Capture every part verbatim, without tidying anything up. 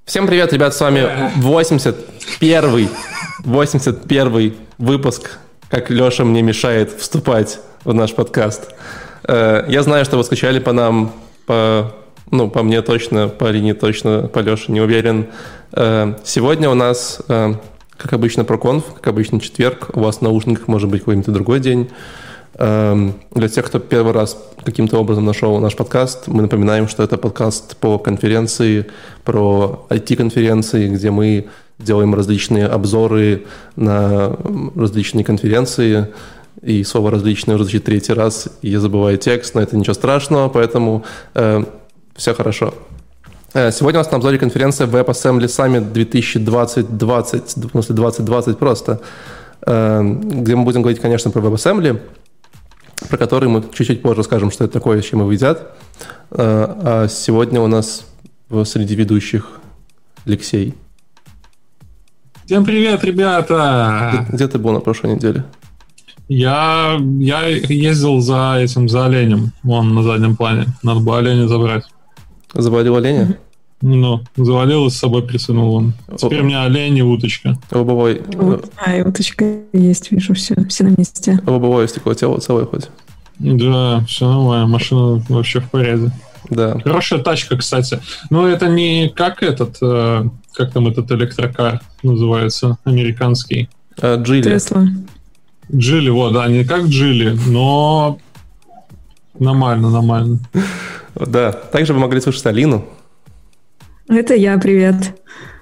Всем привет, ребят, с вами восемьдесят первый, восемьдесят первый выпуск, как Леша мне мешает вступать в наш подкаст. Я знаю, что вы скучали по нам, по, ну, по мне точно, по Алине точно, по Леше не уверен. Сегодня у нас, как обычно, проконф, как обычно, четверг. У вас в наушниках может быть какой-нибудь другой день. Для тех, кто первый раз каким-то образом нашел наш подкаст, мы напоминаем, что это подкаст по конференции, про ай ти-конференции, где мы делаем различные обзоры на различные конференции, и слово «различное» уже звучит третий раз, и я забываю текст, но это ничего страшного, поэтому э, все хорошо. Сегодня у нас на обзоре конференция WebAssembly Summit две тысячи двадцать, двадцать, в смысле двадцать двадцать просто, э, где мы будем говорить, конечно, про WebAssembly, про который мы чуть-чуть позже скажем, что это такое, с чем его едят. А сегодня у нас среди ведущих Алексей. Всем привет, ребята! Где, где ты был на прошлой неделе? Я, я ездил за этим, за оленем. Вон на заднем плане. Надо было оленя забрать. Завалил оленя? Ну, завалил и с собой присунул он. Теперь О. у меня олень и уточка. Лобовой. А, и уточка есть, вижу, все, все на месте. Лобовое стекло тело целое хоть? Да, все нормально, машина вообще в порядке. Да. Хорошая тачка, кстати. Но это не как этот, как там этот электрокар называется, американский. Джили. Тесла. Джили, вот, да, не как Джили, но нормально, нормально. Да, также вы могли слушать Алину. Это я, привет.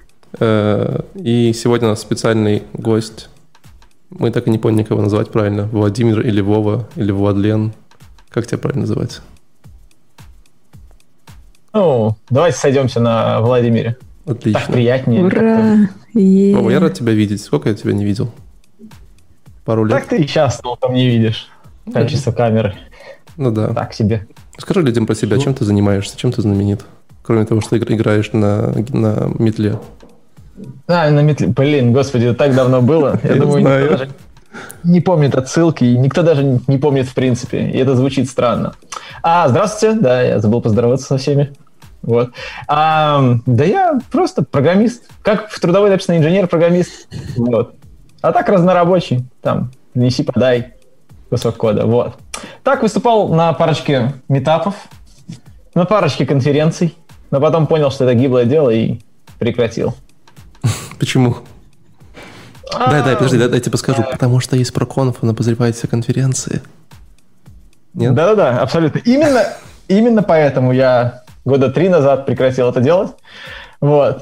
И сегодня у нас специальный гость. Мы так и не поняли, кого назвать правильно. Владимир или Вова, или Владлен. Как тебя правильно называть? Ну, давайте сойдемся на Владимире. Отлично. Так приятнее. Ура! Вова, я рад тебя видеть. Сколько я тебя не видел? Пару лет? Так ты и сейчас толком не видишь. Качество камеры. Ну да. Так себе. Скажи людям про себя, чем ты занимаешься, чем ты знаменит? Кроме того, что ты играешь на, на метле. А, на метле. Блин, господи, это так давно было. Я думаю, никто даже не помнит отсылки, и никто даже не помнит в принципе. И это звучит странно. А, здравствуйте. Да, я забыл поздороваться со всеми. Вот. А, да я просто программист. Как в трудовой написано инженер-программист. Вот. А так разнорабочий. Там, неси, подай кусок кода. Вот. Так, выступал на парочке митапов, на парочке конференций, но потом понял, что это гиблое дело, и прекратил. Почему? Дай, дай, подожди, дай, дай тебе скажу. Потому что есть проконф, он обозревает все конференции. Нет? Да-да-да, абсолютно. Именно, именно поэтому я года три назад прекратил это делать. Вот.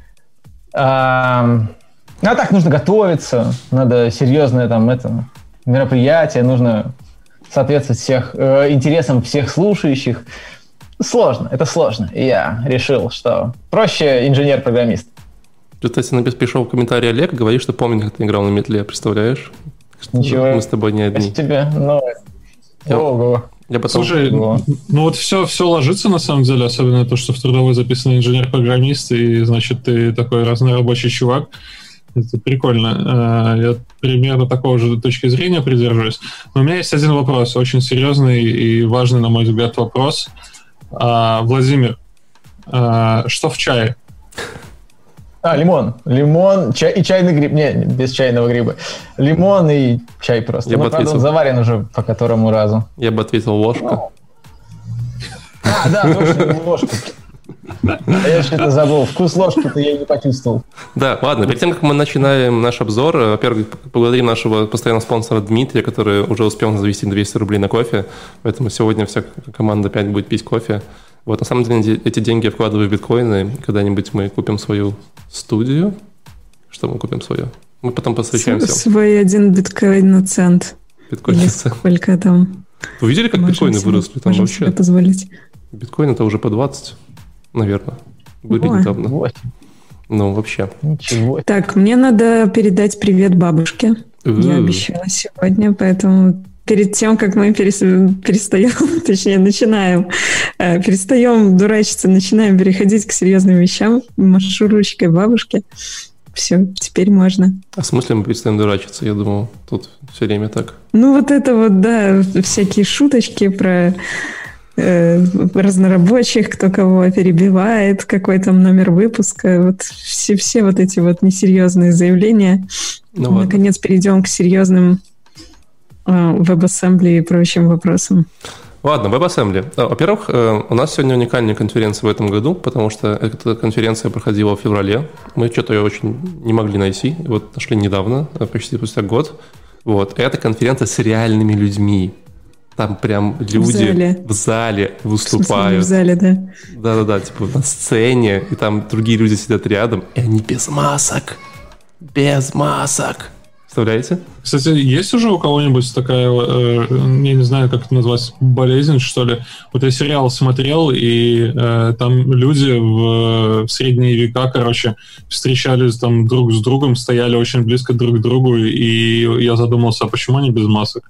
А, а так нужно готовиться, надо серьезное там это мероприятие, нужно соответствовать всех, э, интересам всех слушающих. Сложно, это сложно. И я решил, что проще инженер-программист. Кстати, пришел в комментарий Олег, говорит, что помнит, как ты играл на метле, представляешь? Ничего. Мы с тобой не одни. Тебе, но... Я, Ого. я потом... Слушай, Ого. ну вот все, все ложится на самом деле, особенно то, что в трудовой записан инженер-программист, и значит ты такой разнорабочий чувак. Это прикольно. Я примерно такого же точки зрения придерживаюсь. Но у меня есть один вопрос, очень серьезный и важный, на мой взгляд, вопрос. Владимир, что в чае? А, лимон. Лимон чай, и чайный гриб. Не, без чайного гриба. Лимон и чай просто. Я ну, бы правда, ответил... он заварен уже по которому разу. Я бы ответил ложка. А, да, точно, ложка. А я что-то забыл. Вкус ложки-то я и не почувствовал. Да, ладно. Перед тем, как мы начинаем наш обзор, во-первых, поблагодарим нашего постоянного спонсора Дмитрия, который уже успел завести двести рублей на кофе. Поэтому сегодня вся команда опять будет пить кофе. Вот, на самом деле, эти деньги я вкладываю в биткоины. Когда-нибудь мы купим свою студию. Что мы купим свою? Мы потом посвящаемся. Свой один биткоин на цент. Биткоин на цент. Сколько там? Вы видели, как биткоины себе, выросли? Там можем вообще... себе позволить. Биткоин-то уже по двадцать, наверное. Были Ой. недавно. восемь. Ну, вообще. Ничего. Так, мне надо передать привет бабушке. Я обещала сегодня, поэтому... Перед тем, как мы перестаем, точнее, начинаем, перестаем дурачиться, начинаем переходить к серьезным вещам, машу ручкой бабушке. Все, теперь можно. А в смысле мы перестаем дурачиться? Я думал, тут все время так. Ну, вот это вот, да, всякие шуточки про э, разнорабочих, кто кого перебивает, какой там номер выпуска. Вот все, все вот эти вот несерьезные заявления. Ну, наконец перейдем к серьезным э, WebAssembly и прочим вопросам. Ладно, WebAssembly. Во-первых, у нас сегодня уникальная конференция в этом году, потому что эта конференция проходила в феврале. Мы что-то ее очень не могли найти. Вот нашли недавно, почти спустя год. Вот. И это конференция с реальными людьми. Там прям люди в зале, в зале выступают. В, смысле, в зале, да. Да-да-да, типа на сцене, и там другие люди сидят рядом, и они без масок. Без масок. Представляете? Кстати, есть уже у кого-нибудь такая, э, я не знаю, как это назвать, болезнь, что ли? Вот я сериал смотрел, и э, там люди в, в средние века, короче, встречались там друг с другом, стояли очень близко друг к другу, и я задумался, а почему они без масок?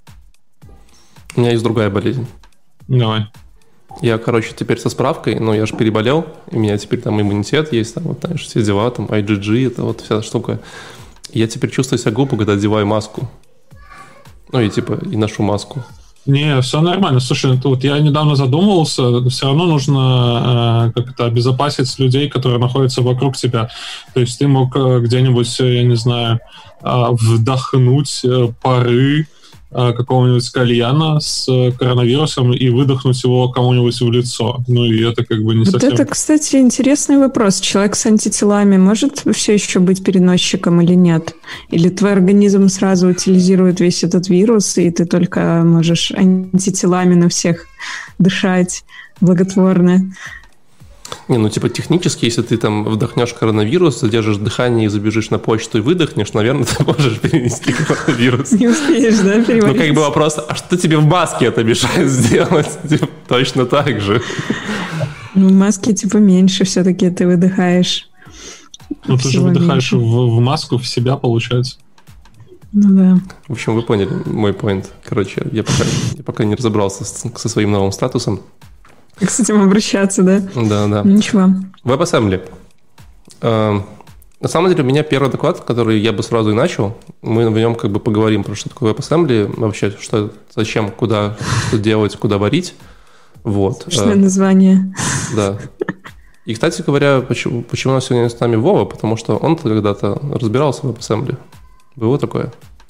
У меня есть другая болезнь. Давай. Я, короче, теперь со справкой, но я же переболел, и у меня теперь там иммунитет есть, там, вот, знаешь, все дела, там, ай джи джи, это вот вся штука. Я теперь чувствую себя глупо, когда одеваю маску. Ну и типа, и ношу маску. Не, все нормально. Слушай, вот я недавно задумывался, все равно нужно э, как-то обезопасить людей, которые находятся вокруг тебя. То есть ты мог э, где-нибудь, я не знаю, э, вдохнуть э, пары э, какого-нибудь кальяна с э, коронавирусом и выдохнуть его кому-нибудь в лицо. Ну и это как бы не вот совсем... это, кстати, интересный вопрос. Человек с антителами может все еще быть переносчиком или нет? Или твой организм сразу утилизирует весь этот вирус, и ты только можешь антителами на всех дышать благотворно? Не, ну типа технически, если ты там вдохнешь коронавирус, задержишь дыхание и забежишь на почту и выдохнешь, наверное, ты можешь перенести коронавирус. Не успеешь, да, переварить? Ну как бы вопрос, а что тебе в маске это мешает сделать? Типа, точно так же. Ну в маске типа меньше все-таки ты выдыхаешь. Ну ты же выдыхаешь в, в маску в себя, получается. Ну да. В общем, вы поняли мой поинт. Короче, я пока, я пока не разобрался с, со своим новым статусом. Как с этим обращаться, да? Да, да. Ну, ничего. WebAssembly. Э, на самом деле, у меня первый доклад, который я бы сразу и начал. Мы в нем как бы поговорим про что такое WebAssembly, вообще, что, зачем, куда, что делать, куда варить. Вот. Смешное название. Да. И, кстати говоря, почему, почему у нас сегодня с нами Вова? Потому что он когда-то разбирался в WebAssembly. Было такое?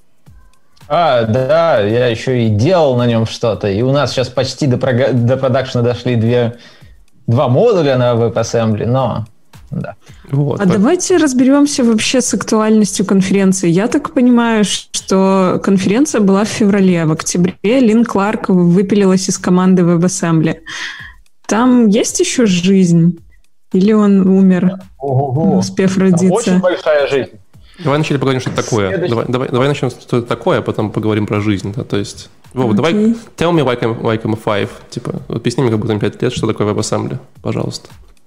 А, да, я еще и делал на нем что-то. И у нас сейчас почти до, прога- до продакшена дошли две, два модуля на WebAssembly, но да. Вот, а так. Давайте разберемся вообще с актуальностью конференции. Я так понимаю, что конференция была в феврале. В октябре Лин Кларк выпилилась из команды WebAssembly. Там есть еще жизнь? Или он умер, Ого-го. успев родиться? Там очень большая жизнь. Давай вначале поговорим, что это такое. Следующий... Давай, давай, давай начнем, что это такое, а потом поговорим про жизнь. Да? То есть, Вова, okay. давай tell me why I'm, why I'm five. Типа, объясни мне, как будто пять лет, что такое WebAssembly, пожалуйста.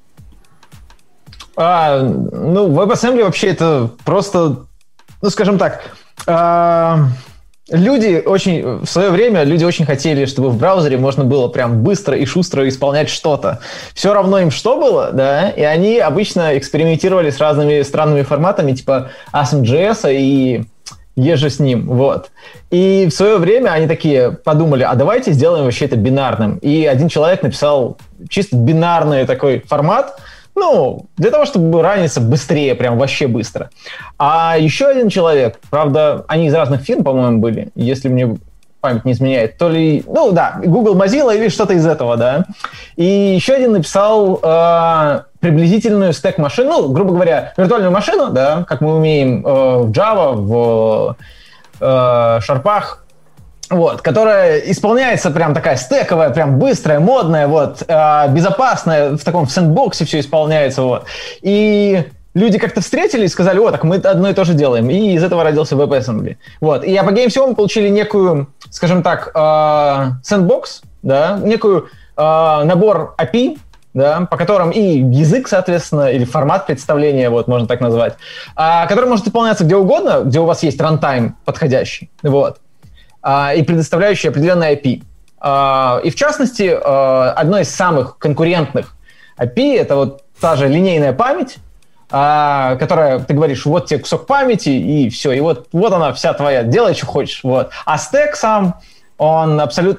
А, ну, WebAssembly вообще это просто, ну, скажем так, а, люди очень, в свое время люди очень хотели, чтобы в браузере можно было прям быстро и шустро исполнять что-то. Все равно им что было, да, и они обычно экспериментировали с разными странными форматами, типа Asm.js и еже с ним, вот. И в свое время они такие подумали, а давайте сделаем вообще это бинарным. И один человек написал чисто бинарный такой формат, ну, для того, чтобы раниться быстрее, прям вообще быстро. А еще один человек, правда, они из разных фирм, по-моему, были, если мне память не изменяет, то ли, ну да, Google, Mozilla или что-то из этого, да. И еще один написал э, приблизительную стэк-машину, ну, грубо говоря, виртуальную машину, да, как мы умеем э, в Java, в э, шарпах, вот, которая исполняется прям такая стековая, прям быстрая, модная, вот, э, безопасная, в таком в сэндбоксе все исполняется, вот. И люди как-то встретились и сказали, о, так мы одно и то же делаем. И из этого родился WebAssembly. Вот. И апогеем всего мы получили некую, скажем так, э, сэндбокс, да, некую э, набор эй пи ай, да, по которым и язык, соответственно, или формат представления, вот, можно так назвать, э, который может выполняться где угодно, где у вас есть рантайм подходящий, вот. И предоставляющие определенный эй пи ай. И в частности, одно из самых конкурентных эй пи ай — это вот та же линейная память, которая, ты говоришь, вот тебе кусок памяти, и все, и вот, вот она вся твоя, делай, что хочешь. Вот. А стэк сам, он абсолютно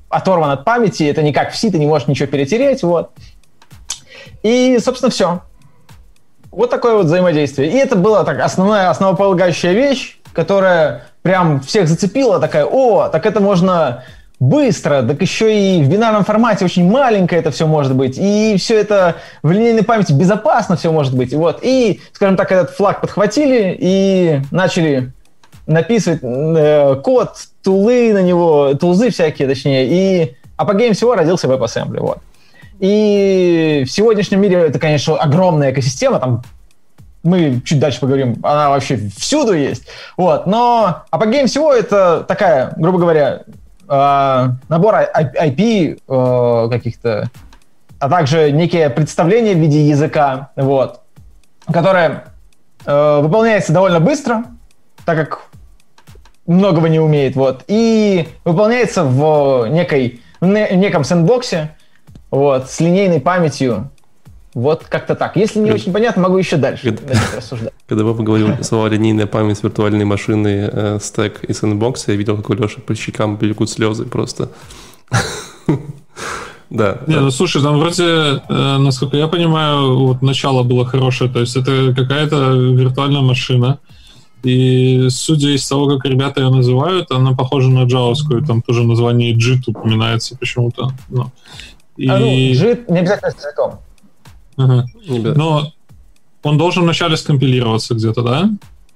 оторван от памяти, это не как в C, ты не можешь ничего перетереть, вот. И, собственно, все. Вот такое вот взаимодействие. И это была так основная, основополагающая вещь, которая прям всех зацепила, такая, о, так это можно быстро, так еще и в бинарном формате очень маленькое это все может быть, и все это в линейной памяти безопасно все может быть. Вот. И, скажем так, этот флаг подхватили и начали написывать э, код, тулы на него, тулзы всякие, точнее, и апогеем всего родился WebAssembly. Вот. И в сегодняшнем мире это, конечно, огромная экосистема, там мы чуть дальше поговорим, она вообще всюду есть. Вот. Но апогеем всего это такая, грубо говоря, э, набор ай пи э, каких-то, а также некие представления в виде языка, вот, которое э, выполняется довольно быстро, так как многого не умеет, вот, и выполняется в некой, в неком сэндбоксе, вот, с линейной памятью. Вот как-то так. Если не очень понятно, могу еще дальше рассуждать. Когда Вова говорил слова «линейная память», «виртуальные машины», э, «стэк» и «сэндбокс», я видел, как у Леши по щекам бегут слезы просто. Да. Не, ну слушай, там вроде, э, насколько я понимаю, вот начало было хорошее, то есть это какая-то виртуальная машина, и судя из того, как ребята ее называют, она похожа на джавовскую, там тоже название джит упоминается почему-то. Но, и... а, ну, джит не обязательно с джитом. Ага. Но он должен вначале скомпилироваться где-то, да?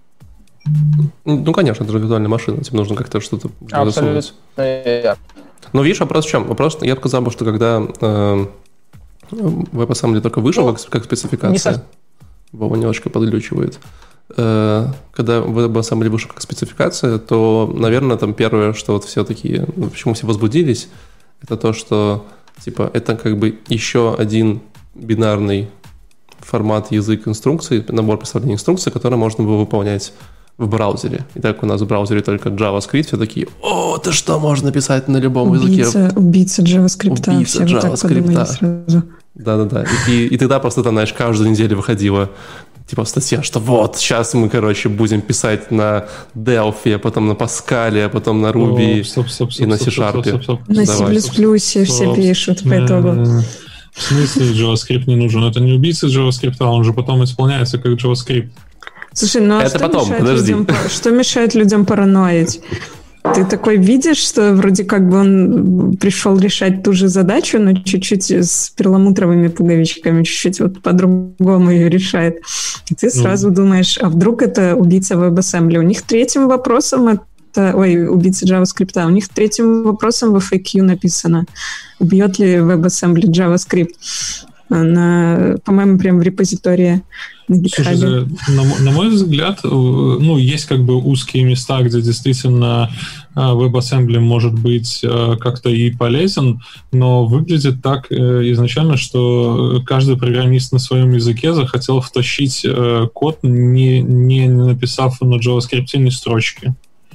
Ну, конечно, это же виртуальная машина, тебе нужно как-то что-то засунуть. Но видишь, вопрос в чем? Вопрос, я бы сказал, что когда э, WebAssembly только вышел, ну, как, как спецификация, Вова немножко подглючивает, э, когда WebAssembly вышел как спецификация, то, наверное, там первое, что вот все такие, ну, почему все возбудились, это то, что типа это как бы еще один бинарный формат язык инструкций, набор представлений инструкций, который можно было выполнять в браузере. И так у нас в браузере только JavaScript, все такие, о, ты что, можно написать на любом убийца, языке? Убийца JavaScript. Убийца все JavaScript. Вот так подумали сразу. Да-да-да. И, и, и тогда просто, там, знаешь, каждую неделю выходила типа статья, что вот, сейчас мы, короче, будем писать на Delphi, а потом на Pascal, а потом на Ruby о, стоп, стоп, стоп, и на C-Sharp. На C++ все пишут по итогу. В смысле JavaScript не нужен? Это не убийца JavaScript, а он же потом исполняется как JavaScript. Слушай, ну а это что, потом, мешает подожди. людям, что мешает людям параноить? Ты такой видишь, что вроде как бы он пришел решать ту же задачу, но чуть-чуть с перламутровыми пуговичками, чуть-чуть вот по-другому ее решает. И ты сразу mm. думаешь, а вдруг это убийца WebAssembly? У них третьим вопросом это... Ой, убийца JavaScript. У них третьим вопросом в эф эй кью написано, убьет ли WebAssembly JavaScript. На, по-моему, прям в репозитории на GitHub. Слушайте, на, на мой взгляд, ну, есть как бы узкие места, где действительно WebAssembly может быть как-то и полезен, но выглядит так изначально, что каждый программист на своем языке захотел втащить код, не, не написав на JavaScript ни строчки.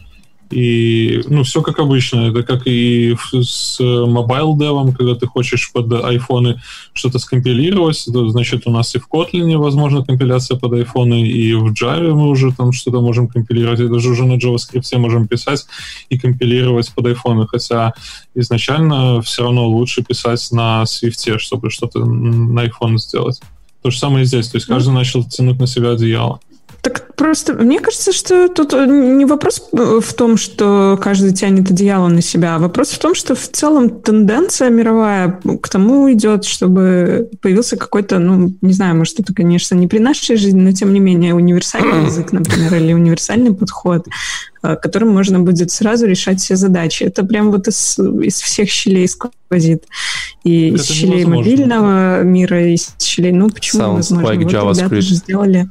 И, ну, все как обычно. Это как и с mobile девом, когда ты хочешь под айфоны что-то скомпилировать, то, значит, у нас и в Kotlin возможна компиляция под айфоны, и в Java мы уже там что-то можем компилировать, и даже уже на JavaScript можем писать и компилировать под айфоны, хотя изначально все равно лучше писать на Swift, чтобы что-то на iPhone сделать. То же самое и здесь. То есть каждый начал тянуть на себя одеяло. Так просто, мне кажется, что тут не вопрос в том, что каждый тянет одеяло на себя, а вопрос в том, что в целом тенденция мировая к тому идет, чтобы появился какой-то, ну, не знаю, может, это, конечно, не при нашей жизни, но, тем не менее, универсальный язык, например, или универсальный подход, которым можно будет сразу решать все задачи. Это прям вот из, из всех щелей сквозит. И это из щелей невозможно. Мобильного мира, и из щелей, ну, почему Sounds невозможно? Like вот JavaScript. Ребята же сделали...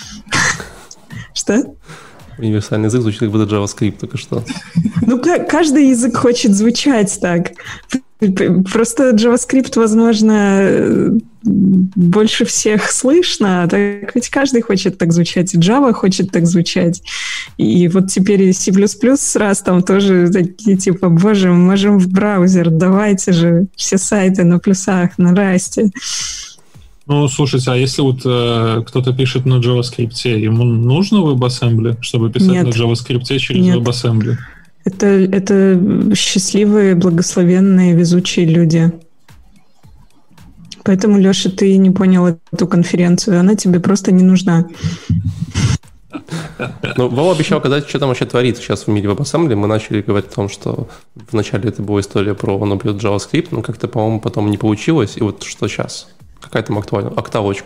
Что? Универсальный язык звучит как будто JavaScript только что. Ну, каждый язык хочет звучать так. Просто JavaScript, возможно, больше всех слышно, так ведь каждый хочет так звучать, и Java хочет так звучать. И вот теперь и C++ с Rust тоже такие, типа, боже, мы можем в браузер, давайте же все сайты на плюсах, на Rust. Ну, слушайте, а если вот э, кто-то пишет на JavaScript, ему нужно WebAssembly, чтобы писать Нет. на JavaScript через Нет. WebAssembly? Это, это счастливые, благословенные, везучие люди. Поэтому, Леша, ты не понял эту конференцию. Она тебе просто не нужна. Ну, Вова обещал сказать, что там вообще творится сейчас в мире WebAssembly. Мы начали говорить о том, что вначале это была история про Node JavaScript, но как-то, по-моему, потом не получилось. И вот что сейчас? Какая там актуальная? Октавочка.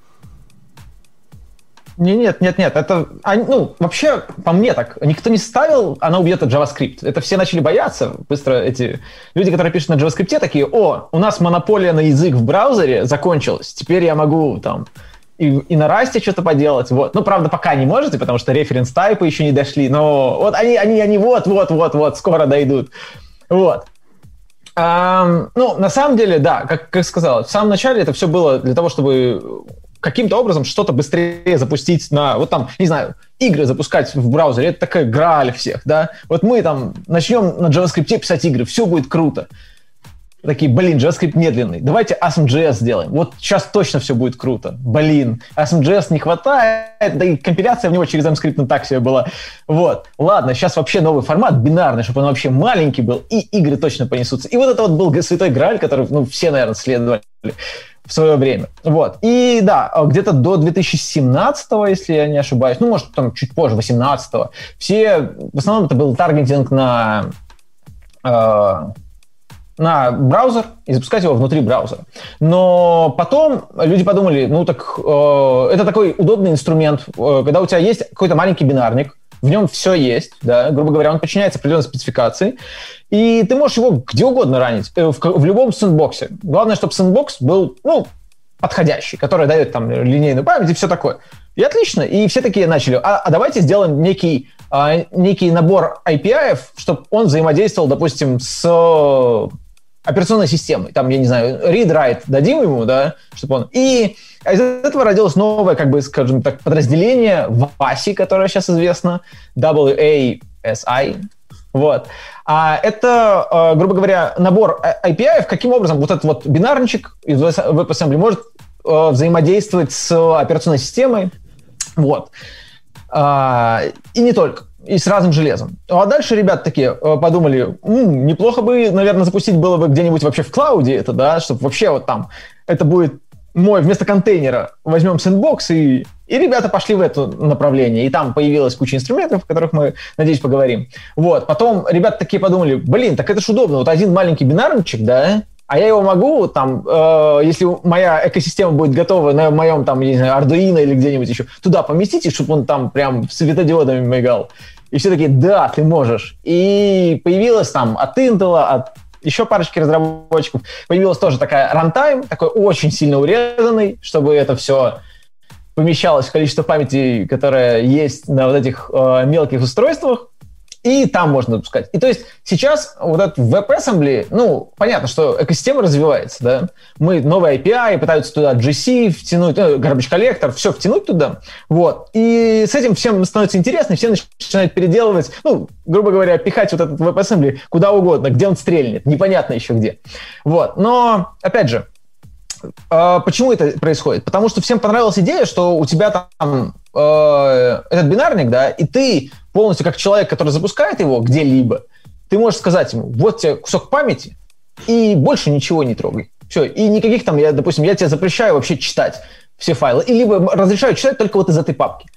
Не, нет, нет, нет, это, ну, вообще, по мне так, никто не ставил, она убьет от JavaScript. Это все начали бояться, быстро эти люди, которые пишут на JavaScript, такие, о, у нас монополия на язык в браузере закончилась, теперь я могу там и, и на Rust что-то поделать, вот. Ну, правда, пока не можете, потому что референс-тайпы еще не дошли, но вот они, они, они вот, вот, вот, вот, скоро дойдут, вот. А, ну, на самом деле, да, как, как сказал, в самом начале это все было для того, чтобы каким-то образом что-то быстрее запустить на, вот там, не знаю, игры запускать в браузере, это такая грааль всех, да. Вот мы там начнем на JavaScript писать игры, все будет круто. Такие, блин, JavaScript медленный, давайте AsmJS сделаем, вот сейчас точно все будет круто. Блин, AsmJS не хватает, да и компиляция в него через AmScript ну, так себе была. Вот, ладно, сейчас вообще новый формат, бинарный, чтобы он вообще маленький был, и игры точно понесутся. И вот это вот был святой грааль, который, ну, все, наверное, следовали в свое время. Вот. И да, где-то до две тысячи семнадцатого, если я не ошибаюсь, ну, может, там чуть позже, восемнадцатого, все, в основном это был таргетинг на, э, на браузер и запускать его внутри браузера. Но потом люди подумали, ну, так э, это такой удобный инструмент, э, когда у тебя есть какой-то маленький бинарник, в нем все есть, да, грубо говоря, он подчиняется определенной спецификации, и ты можешь его где угодно ранить, в, в любом сэндбоксе. Главное, чтобы сэндбокс был, ну, подходящий, который дает там линейную память и все такое. И отлично. И все такие начали, а, а давайте сделаем некий, а, некий набор эй пи ай-ев, чтобы он взаимодействовал, допустим, с операционной системой. Там, я не знаю, read-write дадим ему, да, чтобы он... И из этого родилось новое, как бы, скажем так, подразделение в эй эй, которое сейчас известно, дабл ю эй эс ай. Вот. А это, грубо говоря, набор эй пи ай-ев, каким образом вот этот вот бинарничек из WebAssembly может взаимодействовать с операционной системой. Вот. И не только. И с разным железом. А дальше ребята такие подумали, м-м, неплохо бы, наверное, запустить было бы где-нибудь вообще в клауде это, да, чтобы вообще вот там это будет мой вместо контейнера возьмем сэндбокс, и, и ребята пошли в это направление. И там появилась куча инструментов, о которых мы, надеюсь, поговорим. Вот. Потом ребята такие подумали, блин, так это ж удобно. Вот один маленький бинарничек, да, а я его могу, там, э, если моя экосистема будет готова на моем, там, не знаю, Arduino или где-нибудь еще, туда поместите, чтобы он там прям светодиодами мигал. И все такие, да, ты можешь. И появилась там от Intel, от еще парочки разработчиков, появилась тоже такая runtime, такой очень сильно урезанный, чтобы это все помещалось в количество памяти, которое есть на вот этих э, мелких устройствах, и там можно запускать. И то есть сейчас вот этот WebAssembly, ну, понятно, что экосистема развивается, да, мы новые эй пи ай, пытаются туда джи си втянуть, ну, garbage collector, все втянуть туда, вот, и с этим всем становится интересно, все начинают переделывать, ну, грубо говоря, пихать вот этот WebAssembly куда угодно, где он стрельнет, непонятно еще где, вот, но, опять же, почему это происходит? Потому что всем понравилась идея, что у тебя там э, этот бинарник, да, и ты полностью как человек, который запускает его где-либо, ты можешь сказать ему, вот тебе кусок памяти, и больше ничего не трогай. Все, и никаких там, я, допустим, я тебе запрещаю вообще читать все файлы, и либо разрешаю читать только вот из этой папки.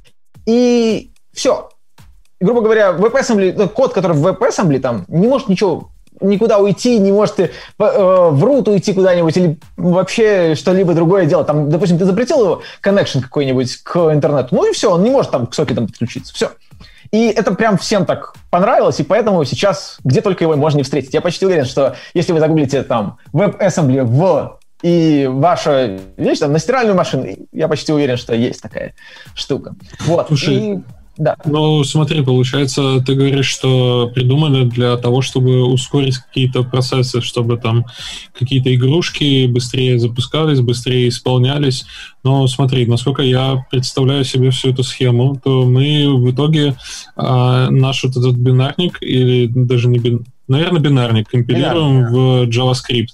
И все. И, грубо говоря, WebAssembly, код, который в WebAssembly там, не может ничего никуда уйти, не может э, в root уйти куда-нибудь или вообще что-либо другое делать. Там, допустим, ты запретил его connection какой-нибудь к интернету, ну и все, он не может там к сокетам подключиться. Все. И это прям всем так понравилось, и поэтому сейчас где только его можно не встретить. Я почти уверен, что если вы загуглите там WebAssembly в и ваша вещь там на стиральную машину, я почти уверен, что есть такая штука. Вот. Слушай, и... Да. Ну, смотри, получается, ты говоришь, что придумали для того, чтобы ускорить какие-то процессы, чтобы там какие-то игрушки быстрее запускались, быстрее исполнялись. Но смотри, насколько я представляю себе всю эту схему, то мы в итоге а, наш вот этот бинарник, или даже не бинарник, наверное, бинарник, компилируем бинарник. в JavaScript.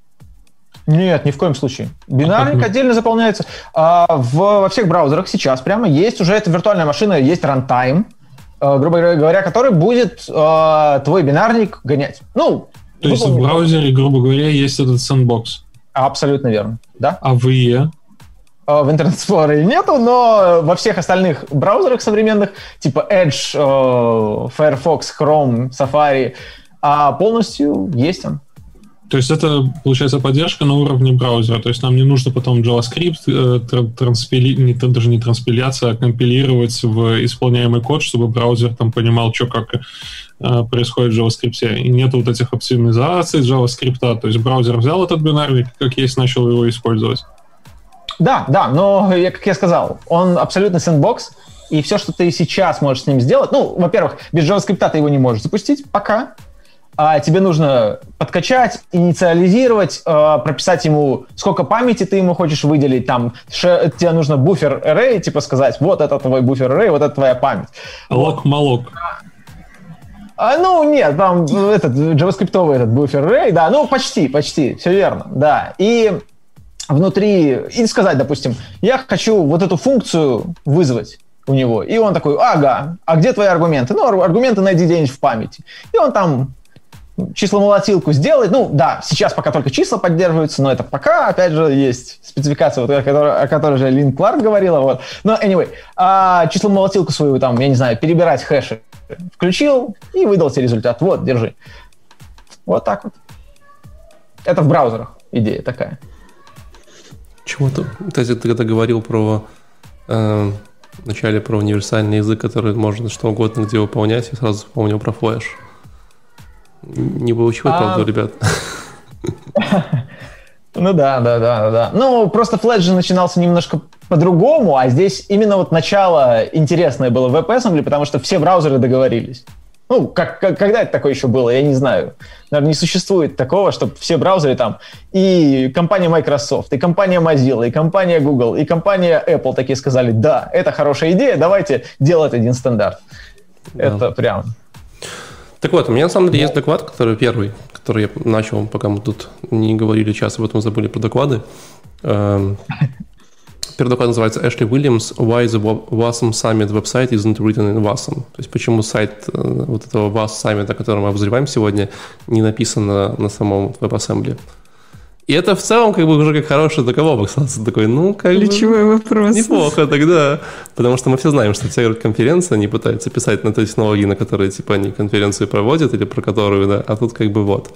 Нет, ни в коем случае. Бинарник а отдельно заполняется. А в, во всех браузерах сейчас прямо есть уже эта виртуальная машина, есть runtime, грубо говоря, который будет э, твой бинарник гонять. Ну, то есть в браузере, грубо говоря, есть этот сэндбокс? Абсолютно верно, да. А в и и? В Internet Explorer нету, но во всех остальных браузерах современных, типа Edge, э, Firefox, Chrome, Safari, а полностью есть он. То есть это, получается, поддержка на уровне браузера. То есть нам не нужно потом JavaScript э, транспили... не, даже не транспиляция, а компилировать в исполняемый код, чтобы браузер там понимал, что как э, происходит в JavaScript. И нет вот этих оптимизаций JavaScript. То есть браузер взял этот бинарник, как есть, начал его использовать. Да, да, но, как я сказал, он абсолютно сэндбокс, и все, что ты сейчас можешь с ним сделать, ну, во-первых, без JavaScript ты его не можешь запустить пока, а тебе нужно подкачать, инициализировать, э, прописать ему, сколько памяти ты ему хочешь выделить, там, ше, тебе нужно буфер array, типа сказать, вот это твой буфер array, вот это твоя память. Лок-молок. А, ну, нет, там этот JavaScript-овый этот буфер array, да, ну, почти, почти, все верно, да, и внутри, и сказать, допустим, я хочу вот эту функцию вызвать у него, и он такой, ага, а где твои аргументы? Ну, аргументы найди где-нибудь в памяти. И он там числомолотилку сделает. Ну, да, сейчас пока только числа поддерживаются, но это пока, опять же, есть спецификация, вот, о, которой, о которой же Лин Кларк говорила. Вот. Но, anyway, а числомолотилку свою, там, я не знаю, перебирать хэши включил и выдал тебе результат. Вот, держи. Вот так вот. Это в браузерах идея такая. Чего-то, кстати, ты когда говорил про э, вначале про универсальный язык, который можно что угодно где выполнять, я сразу вспомнил про Flash. Не получилось, а... правда, ребят? Ну да, да, да, да. Ну, просто Flash же начинался немножко по-другому, а здесь именно вот начало интересное было в WebAssembly, потому что все браузеры договорились. Ну, как, как, когда это такое еще было, я не знаю. Наверное, не существует такого, чтобы все браузеры там, и компания Microsoft, и компания Mozilla, и компания Google, и компания Apple такие сказали, да, это хорошая идея, давайте делать один стандарт. Да. Это прям... Так вот, у меня на самом деле есть доклад, который первый, который я начал, пока мы тут не говорили час, об этом забыли про доклады. Первый доклад называется Ashley Williams «Why the WASM Summit website isn't written in WASM». То есть почему сайт вот этого WASM Summit, о котором мы обозреваем сегодня, не написан на, на самом WebAssembly. И это в целом как бы уже как хороший заголовок остался такой, ну, как ключевой бы вопрос. Неплохо тогда, потому что мы все знаем, что все конференции, они пытаются писать на той технологии, на которые типа они конференцию проводят или про которую, да, а тут как бы вот.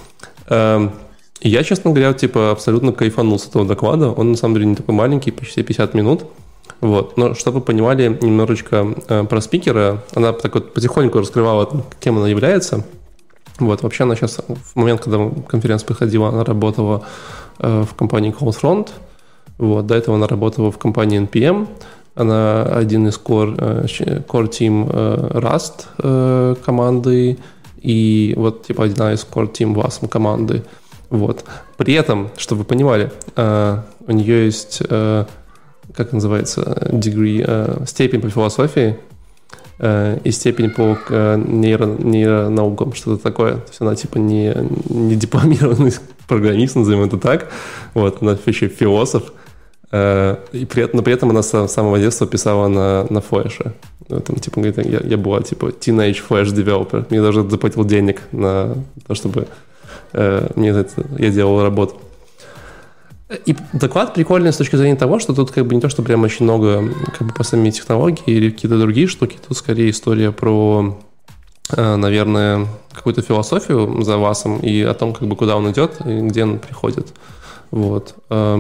Я, честно говоря, типа абсолютно кайфанул с этого доклада, он на самом деле не такой маленький, почти пятьдесят минут, вот. Но чтобы вы понимали немножечко про спикера, она так вот потихоньку раскрывала, кем она является. Вот, вообще она сейчас, в момент, когда конференция проходила, она работала э, в компании CloudFront. Вот, до этого она работала в компании эн пи эм. Она один из core, э, core team э, Rust э, команды и вот типа одна из core team WASM команды. Вот. При этом, чтобы вы понимали, э, у нее есть, э, как называется, degree, э, степень по философии, и степень по нейро, нейронаукам, что-то такое. То есть она типа не, не дипломированный программист, назовем это так. Вот, она вообще философ. И при этом, но при этом она с самого детства писала на, на флеше. Там, типа, говорит, я, я была типа teenage flash developer. Мне даже заплатил денег на то, чтобы э, мне это, я делал работу. И доклад прикольный с точки зрения того, что тут как бы не то, что прям очень много как бы по самим технологии или какие-то другие штуки, тут скорее история про, наверное, какую-то философию за WASM и о том, как бы куда он идет и где он приходит. Вот.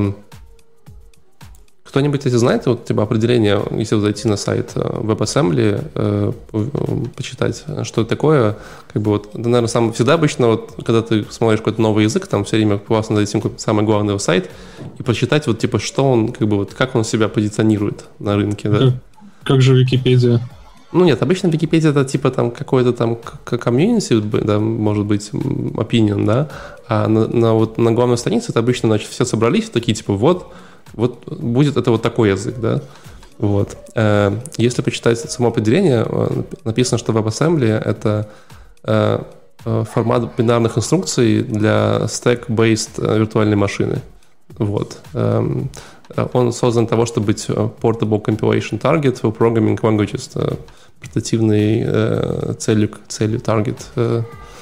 Кто-нибудь, если знает, вот типа определение, если вот зайти на сайт WebAssembly, э, почитать, что это такое, как бы вот, это, наверное, сам, всегда обычно, вот, когда ты смотришь какой-то новый язык, там все время классно зайти на самый главный его сайт и почитать, вот, типа, что он, как бы, вот, как он себя позиционирует на рынке, да? Как, как же Википедия? Ну нет, обычно Википедия это типа там какой-то там комьюнити, да, может быть, opinion, да, а на, на, вот, на главной странице это обычно, значит, все собрались, такие, типа, вот, вот будет это вот такой язык, да. Вот. Если почитать само определение, написано, что WebAssembly — это формат бинарных инструкций для stack-based виртуальной машины. Вот. Он создан для того, чтобы быть portable compilation target for programming languages. Портативной целью, целью target.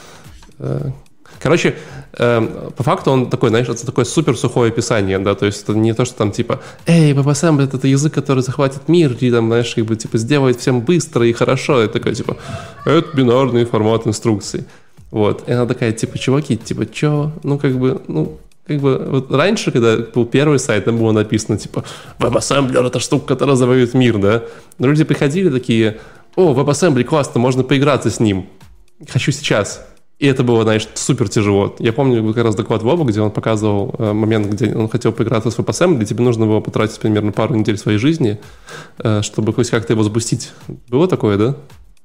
Короче, по факту он такой, знаешь, это такое супер сухое описание, да, то есть это не то, что там типа, эй, WebAssembly — это язык, который захватит мир, и там, знаешь, как бы, типа, сделает всем быстро и хорошо, и такой, типа, это бинарный формат инструкций. Вот, и она такая, типа, чуваки, типа, чё? Ну, как бы, ну, как бы, вот раньше, когда был первый сайт, там было написано, типа, WebAssembly — это штука, которая завоюет мир, да? Но люди приходили такие, о, WebAssembly классно, можно поиграться с ним, хочу сейчас. И это было, знаешь, супер тяжело. Я помню как раз доклад Вова, где он показывал э, момент, где он хотел поиграться с WebAssembly, где тебе нужно было потратить примерно пару недель своей жизни, э, чтобы хоть как-то его запустить. Было такое, да?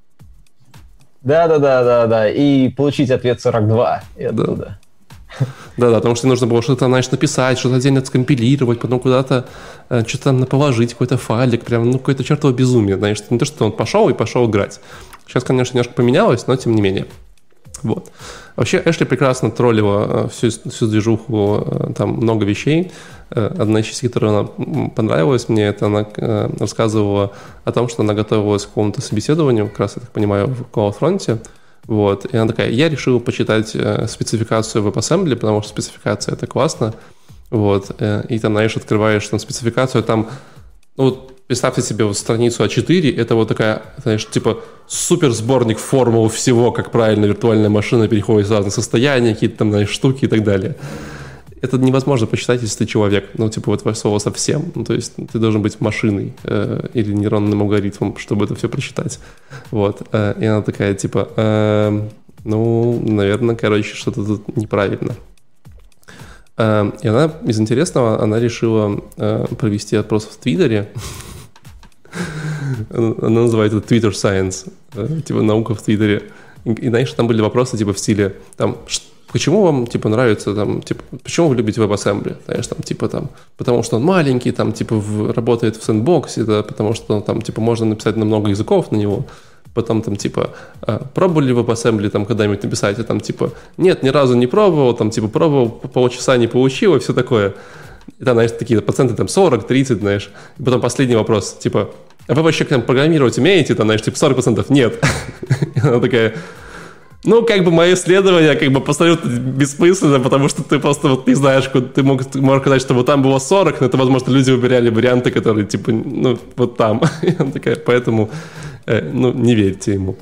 Да-да-да-да-да. И получить ответ сорок два. И оттуда. Да-да, потому что нужно было что-то, знаешь, написать, что-то отдельно скомпилировать, потом куда-то э, что-то там положить, какой-то файлик, прям, ну, какое-то чертово безумие, знаешь, не то, что он пошел и пошел играть. Сейчас, конечно, немножко поменялось, но тем не менее. Вот. Вообще, Эшли прекрасно троллила всю, всю движуху, там много вещей. Одна из вещей, которая она понравилась мне, это она рассказывала о том, что она готовилась к какому-то собеседованию, как раз, я так понимаю, в CloudFront. Вот. И она такая, я решила почитать спецификацию WebAssembly, потому что спецификация — это классно. Вот. И там, знаешь, открываешь там спецификацию, там, ну, вот, представьте себе вот страницу а четыре, это вот такая, знаешь, типа супер сборник формул всего, как правильно виртуальная машина переходит в разные состояния, какие-то там, знаешь, штуки и так далее. Это невозможно посчитать, если ты человек, ну, типа вот слово совсем. Ну, то есть ты должен быть машиной э, или нейронным алгоритмом, чтобы это все прочитать. Вот. Э, и она такая, типа, э, ну, наверное, короче, что-то тут неправильно. Э, и она, из интересного, она решила э, провести опрос в Твиттере. Она называет это Twitter Science, типа наука в Твиттере. И, и знаешь, там были вопросы типа в стиле, там, почему вам типа нравится, там, типа, почему вы любите WebAssembly? Знаешь, там, типа, там, потому что он маленький, там, типа, в, работает в сэндбоксе, да, потому что там, типа, можно написать на много языков на него. Потом там, типа, пробовали WebAssembly там когда-нибудь написать, и там, типа, нет, ни разу не пробовал, там, типа, пробовал, полчаса не получил, и все такое. И там, знаешь, такие проценты там сорок тридцать, знаешь. И потом последний вопрос, типа, а вы вообще там программировать умеете? Там, знаешь, типа сорок процентов нет. И она такая, ну, как бы мои исследования как бы абсолютно бессмысленно, потому что ты просто вот не знаешь, куда ты мог, ты можешь сказать, что вот там было сорок, но это, возможно, люди выбирали варианты, которые, типа, ну, вот там. И она такая, поэтому, э, ну, не верьте ему.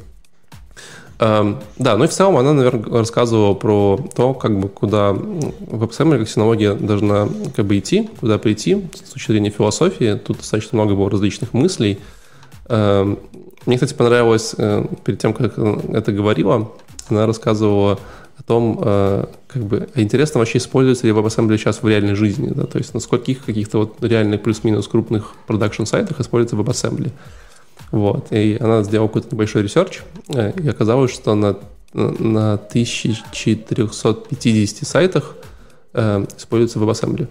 Uh, да, ну и в целом она, наверное, рассказывала про то, как бы куда WebAssembly как технология должна как бы идти, куда прийти с точки зрения философии. Тут достаточно много было различных мыслей. Uh, мне, кстати, понравилось, uh, перед тем, как это говорила, она рассказывала о том, uh, как бы, интересно вообще используется ли WebAssembly сейчас в реальной жизни, да, то есть на скольких каких-то вот реальных плюс-минус крупных продакшн-сайтах используется WebAssembly. Вот, и она сделала какой-то небольшой ресерч, и оказалось, что на, на тысяча четыреста пятьдесят сайтах э, используется WebAssembly.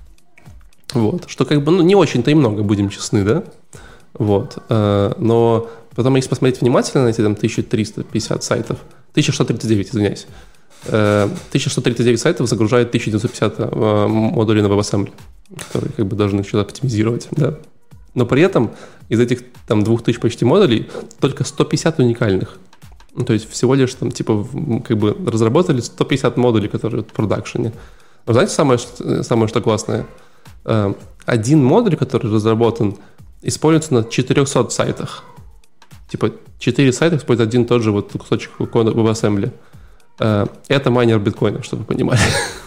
Вот, что как бы, ну, не очень-то и много, будем честны, да? Вот, э, но потом, если посмотреть внимательно на эти там тысяча триста пятьдесят сайтов, тысяча шестьсот тридцать девять, извиняюсь, э, тысяча шестьсот тридцать девять сайтов загружает тысяча девятьсот пятьдесят э, модулей на WebAssembly, которые как бы должны что-то оптимизировать, да? Но при этом из этих там двух тысяч почти модулей только сто пятьдесят уникальных. Ну, то есть всего лишь там типа как бы разработали сто пятьдесят модулей, которые в продакшене. Но знаете, самое, самое что классное? Один модуль, который разработан, используется на четырехстах сайтах. Типа четыре сайта используют один и тот же вот кусочек кода WebAssembly. Это майнер биткоина, чтобы вы понимали.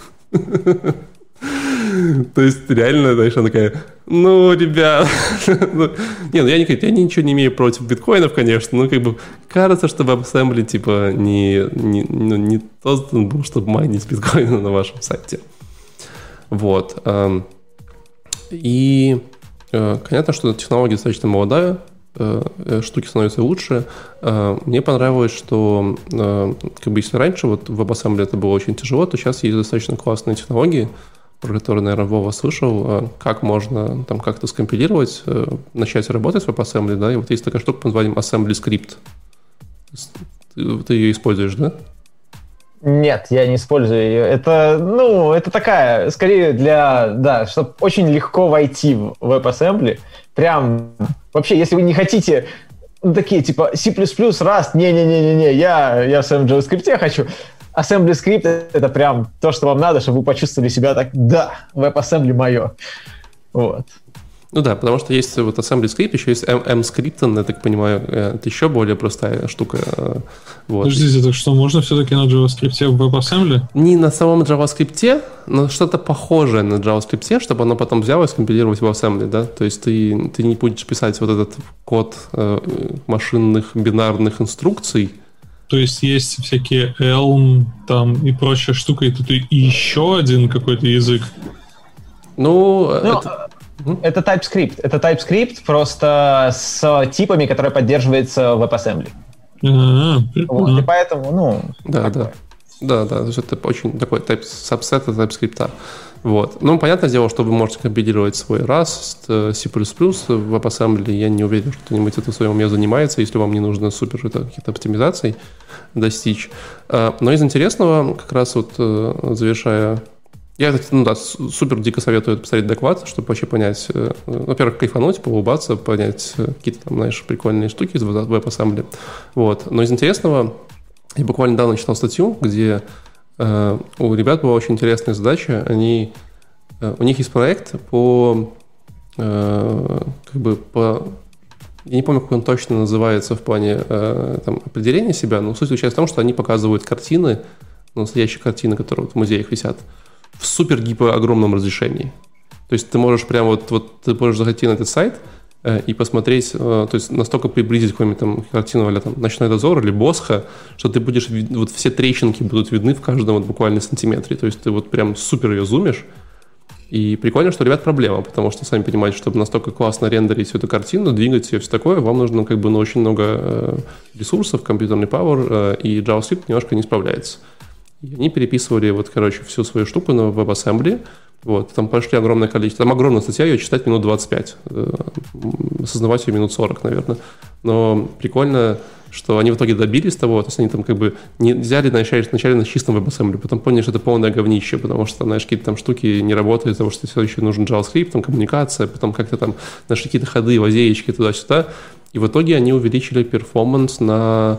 То есть реально, знаешь, она такая, ну, ребят, не, ну я, не, я ничего не имею против биткоинов, конечно, но как бы кажется, что WebAssembly типа не, не, ну, не создан был, чтобы майнить биткоины на вашем сайте. Вот. И понятно, что технология достаточно молодая, штуки становятся лучше. Мне понравилось, что как бы если раньше вот в WebAssembly это было очень тяжело, то сейчас есть достаточно классные технологии, про который, наверное, Вова слышал, как можно там как-то скомпилировать, начать работать в WebAssembly, да, и вот есть такая штука под названием Assembly Script. Ты, ты ее используешь, да? Нет, я не использую ее. Это, ну, это такая, скорее для, да, чтобы очень легко войти в WebAssembly. Прям, вообще, если вы не хотите, ну, такие, типа, C++, Rust, не-не-не-не-не, я, я в своем JavaScript хочу. Assembly Script — это прям то, что вам надо, чтобы вы почувствовали себя так, да, WebAssembly мое. Вот. Ну да, потому что есть вот Assembly Script, еще есть M-Script, я так понимаю, это еще более простая штука. Вот. Подождите, так что можно все-таки на JavaScript в WebAssembly? Не на самом JavaScript, но что-то похожее на JavaScript, чтобы оно потом взяло и скомпилировать в Assembly, да? То есть ты, ты не будешь писать вот этот код э, машинных бинарных инструкций. То есть есть всякие Elm там и прочая штука, и тут и еще один какой-то язык. Ну, ну это... Это TypeScript. Это TypeScript просто с типами, которые поддерживаются в WebAssembly. А, прикольно. Вот, и поэтому, ну... Да, такое. да. Да, да. То есть это очень такой type, сабсет TypeScript. Вот. Ну, понятное дело, что вы можете компилировать свой Rust, C++ в WebAssembly. Я не уверен, что кто-нибудь это в своем уме занимается, если вам не нужно супер каких-то оптимизаций достичь. Но из интересного, как раз вот завершая... Я, ну да, супер дико советую посмотреть доклад, чтобы вообще понять, во-первых, кайфануть, поулыбаться, понять какие-то там, знаешь, прикольные штуки из WebAssembly. Вот. Но из интересного, я буквально недавно читал статью, где э, у ребят была очень интересная задача. Они, э, у них есть проект по, э, как бы по, я не помню, как он точно называется в плане э, там, определения себя, но суть заключается в том, что они показывают картины, настоящие картины, которые вот в музеях висят, в супер гипо огромном разрешении. То есть ты можешь прямо вот, вот ты можешь зайти на этот сайт э, и посмотреть, э, то есть настолько приблизить какую-нибудь там картину а-ля там «Ночной дозор» или «Босха», что ты будешь, вот все трещинки будут видны в каждом вот буквально сантиметре. То есть ты вот прям супер ее зумишь. И прикольно, что у ребят проблема, потому что, сами понимаете, чтобы настолько классно рендерить всю эту картину, двигать ее, все такое, вам нужно как бы ну, очень много э, ресурсов, компьютерный пауэр, э, и JavaScript немножко не справляется. И они переписывали, вот, короче, всю свою штуку на WebAssembly. Вот, там прошли огромное количество. Там огромная статья, ее читать минут двадцать пять. Осознавать ее минут сорок, наверное. Но прикольно, что они в итоге добились того. То есть они там как бы не взяли вначале, вначале на чистом WebAssembly, потом поняли, что это полное говнище, потому что, знаешь, какие-то там штуки не работают, потому что все еще нужен JavaScript, там коммуникация, потом как-то там нашли какие-то ходы, лазеечки туда-сюда. И в итоге они увеличили перформанс на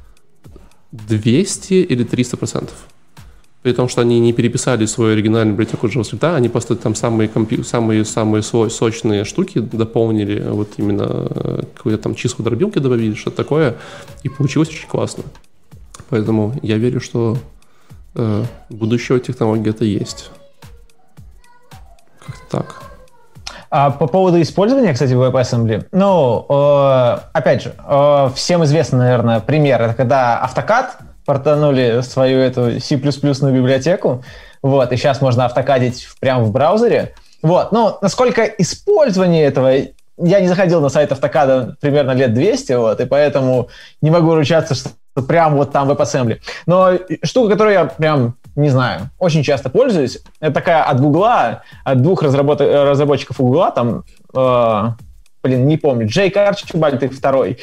двести или триста процентов. При том, что они не переписали свою оригинальную библиотеку JavaScript, они просто там самые, компью... самые, самые сочные штуки дополнили, вот именно какую-то там число дробилки добавили, что-то такое, и получилось очень классно. Поэтому я верю, что э, будущее технологии это есть. Как-то так. А по поводу использования, кстати, WebAssembly, ну, э, опять же, э, всем известный, наверное, пример, это когда AutoCAD портанули свою эту C++ библиотеку, вот, и сейчас можно автокадить прямо в браузере. Вот, ну, насколько использование этого, я не заходил на сайт автокада примерно лет двести, вот, и поэтому не могу ручаться, что прям вот там WebAssembly. Но штука, которую я прям, не знаю, очень часто пользуюсь, это такая от Гугла, от двух разработ... разработчиков у Гугла, там, э, блин, не помню, Джейк Арчибальд и второй,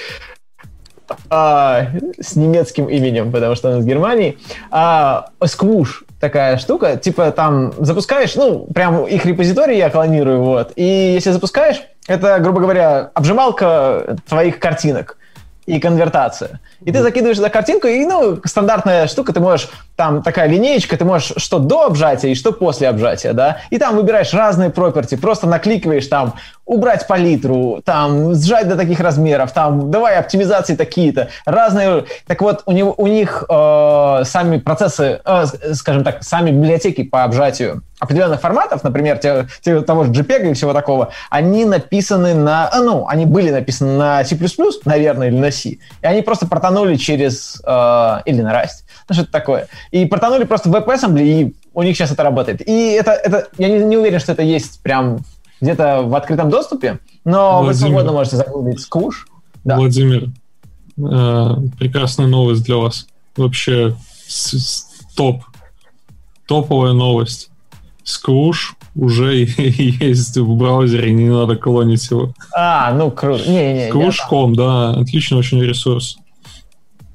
А, с немецким именем, потому что он из Германии. А, Squoosh такая штука, типа там запускаешь, ну, прям их репозиторий я клонирую, вот, и если запускаешь, это, грубо говоря, обжималка твоих картинок и конвертация. И ты закидываешь туда картинку, и, ну, стандартная штука, ты можешь, там такая линеечка, ты можешь что до обжатия и что после обжатия, да, и там выбираешь разные property, просто накликиваешь там убрать палитру, там сжать до таких размеров, там давай оптимизации такие-то, разные. Так вот, у, него, у них э, сами процессы, э, скажем так, сами библиотеки по обжатию определенных форматов, например, те, те, того же JPEG и всего такого, они написаны на, ну, они были написаны на C++, наверное, или на C, и они просто портанули через, э, или на Rust, ну, что-то такое, и портанули просто в WebAssembly, и у них сейчас это работает. И это, это я не, не уверен, что это есть прям где-то в открытом доступе, но Владимир, вы свободно можете загуглить Squoosh. Да. Владимир, э, прекрасная новость для вас. Вообще с, с, топ. Топовая новость. Squoosh уже есть в браузере, не надо клонить его. А, ну круто. Не-не-не. Squoosh точка ком, да, отличный очень ресурс.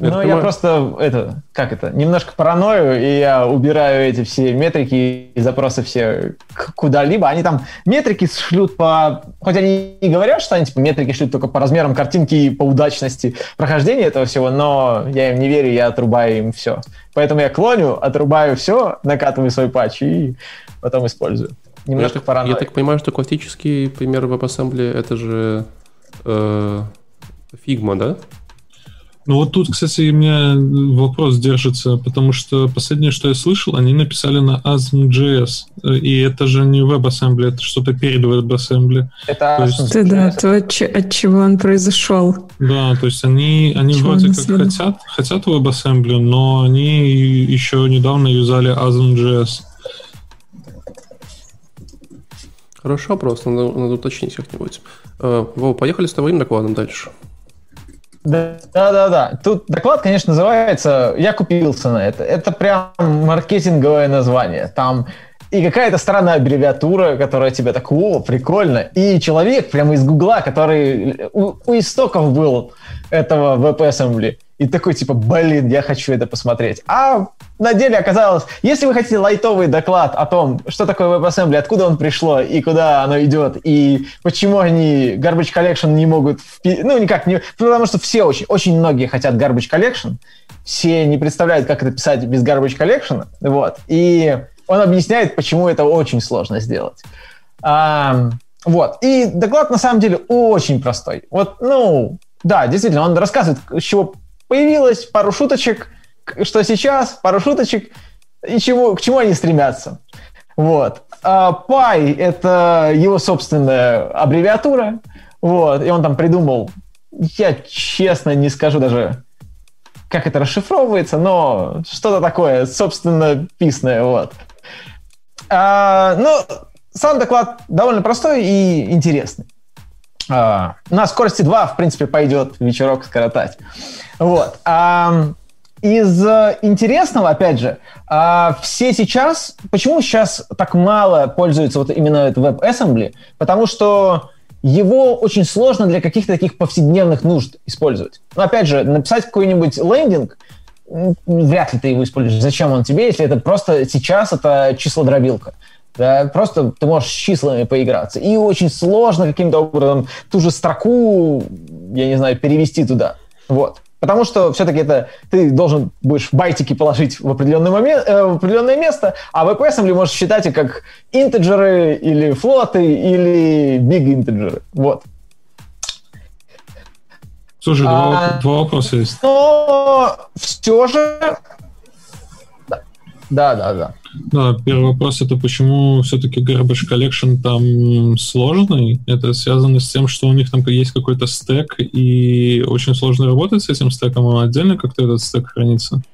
Ну, я, я просто, это, как это, немножко параною, и я убираю эти все метрики и запросы все куда-либо. Они там метрики шлют по... Хоть они и говорят, что они типа метрики шлют только по размерам картинки и по удачности прохождения этого всего, но я им не верю, я отрубаю им все. Поэтому я клоню, отрубаю все, накатываю свой патч и потом использую. Немножко я паранойя. Я так понимаю, что классический пример WebAssembly — это же э, Figma, да? Ну вот тут, кстати, у меня вопрос держится, потому что последнее, что я слышал, они написали на Asm.js, и это же не WebAssembly, это что-то перед WebAssembly. Это то есть... да, то, от, от чего он произошел. Да, то есть они, они вроде как хотят, хотят WebAssembly, но они еще недавно юзали Asm.js. Хороший вопрос, надо, надо уточнить как-нибудь. Вова, поехали с твоим докладом дальше. Да, да, да, да. Тут доклад, конечно, называется «Я купился на это». Это прям маркетинговое название. Там и какая-то странная аббревиатура, которая тебе так, о, прикольно. И человек прямо из Гугла, который у, у истоков был этого WebAssembly. И такой типа, блин, я хочу это посмотреть. А на деле оказалось, если вы хотите лайтовый доклад о том, что такое WebAssembly, откуда он пришло и куда оно идет, и почему они Garbage Collection не могут... Впи... Ну, никак не... Потому что все очень, очень многие хотят Garbage Collection, все не представляют, как это писать без Garbage Collection, вот. И он объясняет, почему это очень сложно сделать. А, вот. И доклад, на самом деле, очень простой. Вот, ну, да, действительно, он рассказывает, с чего появилось, пару шуточек, что сейчас, пару шуточек, и чему, к чему они стремятся. Вот. А Py — это его собственная аббревиатура, вот, и он там придумал, я честно не скажу даже, как это расшифровывается, но что-то такое, собственно, писное, вот. А, ну, сам доклад довольно простой и интересный. А, на скорости два, в принципе, пойдет вечерок скоротать. Вот. А, из интересного, опять же, а, все сейчас... Почему сейчас так мало пользуются вот именно WebAssembly? Потому что его очень сложно для каких-то таких повседневных нужд использовать. Но, опять же, написать какой-нибудь лендинг, вряд ли ты его используешь. Зачем он тебе, если это просто сейчас это числодробилка? Да, просто ты можешь с числами поиграться. И очень сложно каким-то образом ту же строку, я не знаю, перевести туда. Вот. Потому что все-таки это ты должен будешь байтики положить в определенный момент, э, в определенное место, а WebAssembly можешь считать их как интеджеры или флоты или big интеджеры. Вот. Слушай, а, два, два вопроса есть. Но все же... Да, да, да. Да, первый вопрос — это почему все-таки Garbage Collection там сложный? Это связано с тем, что у них там есть какой-то стек, и очень сложно работать с этим стеком, а отдельно как-то этот стек хранится?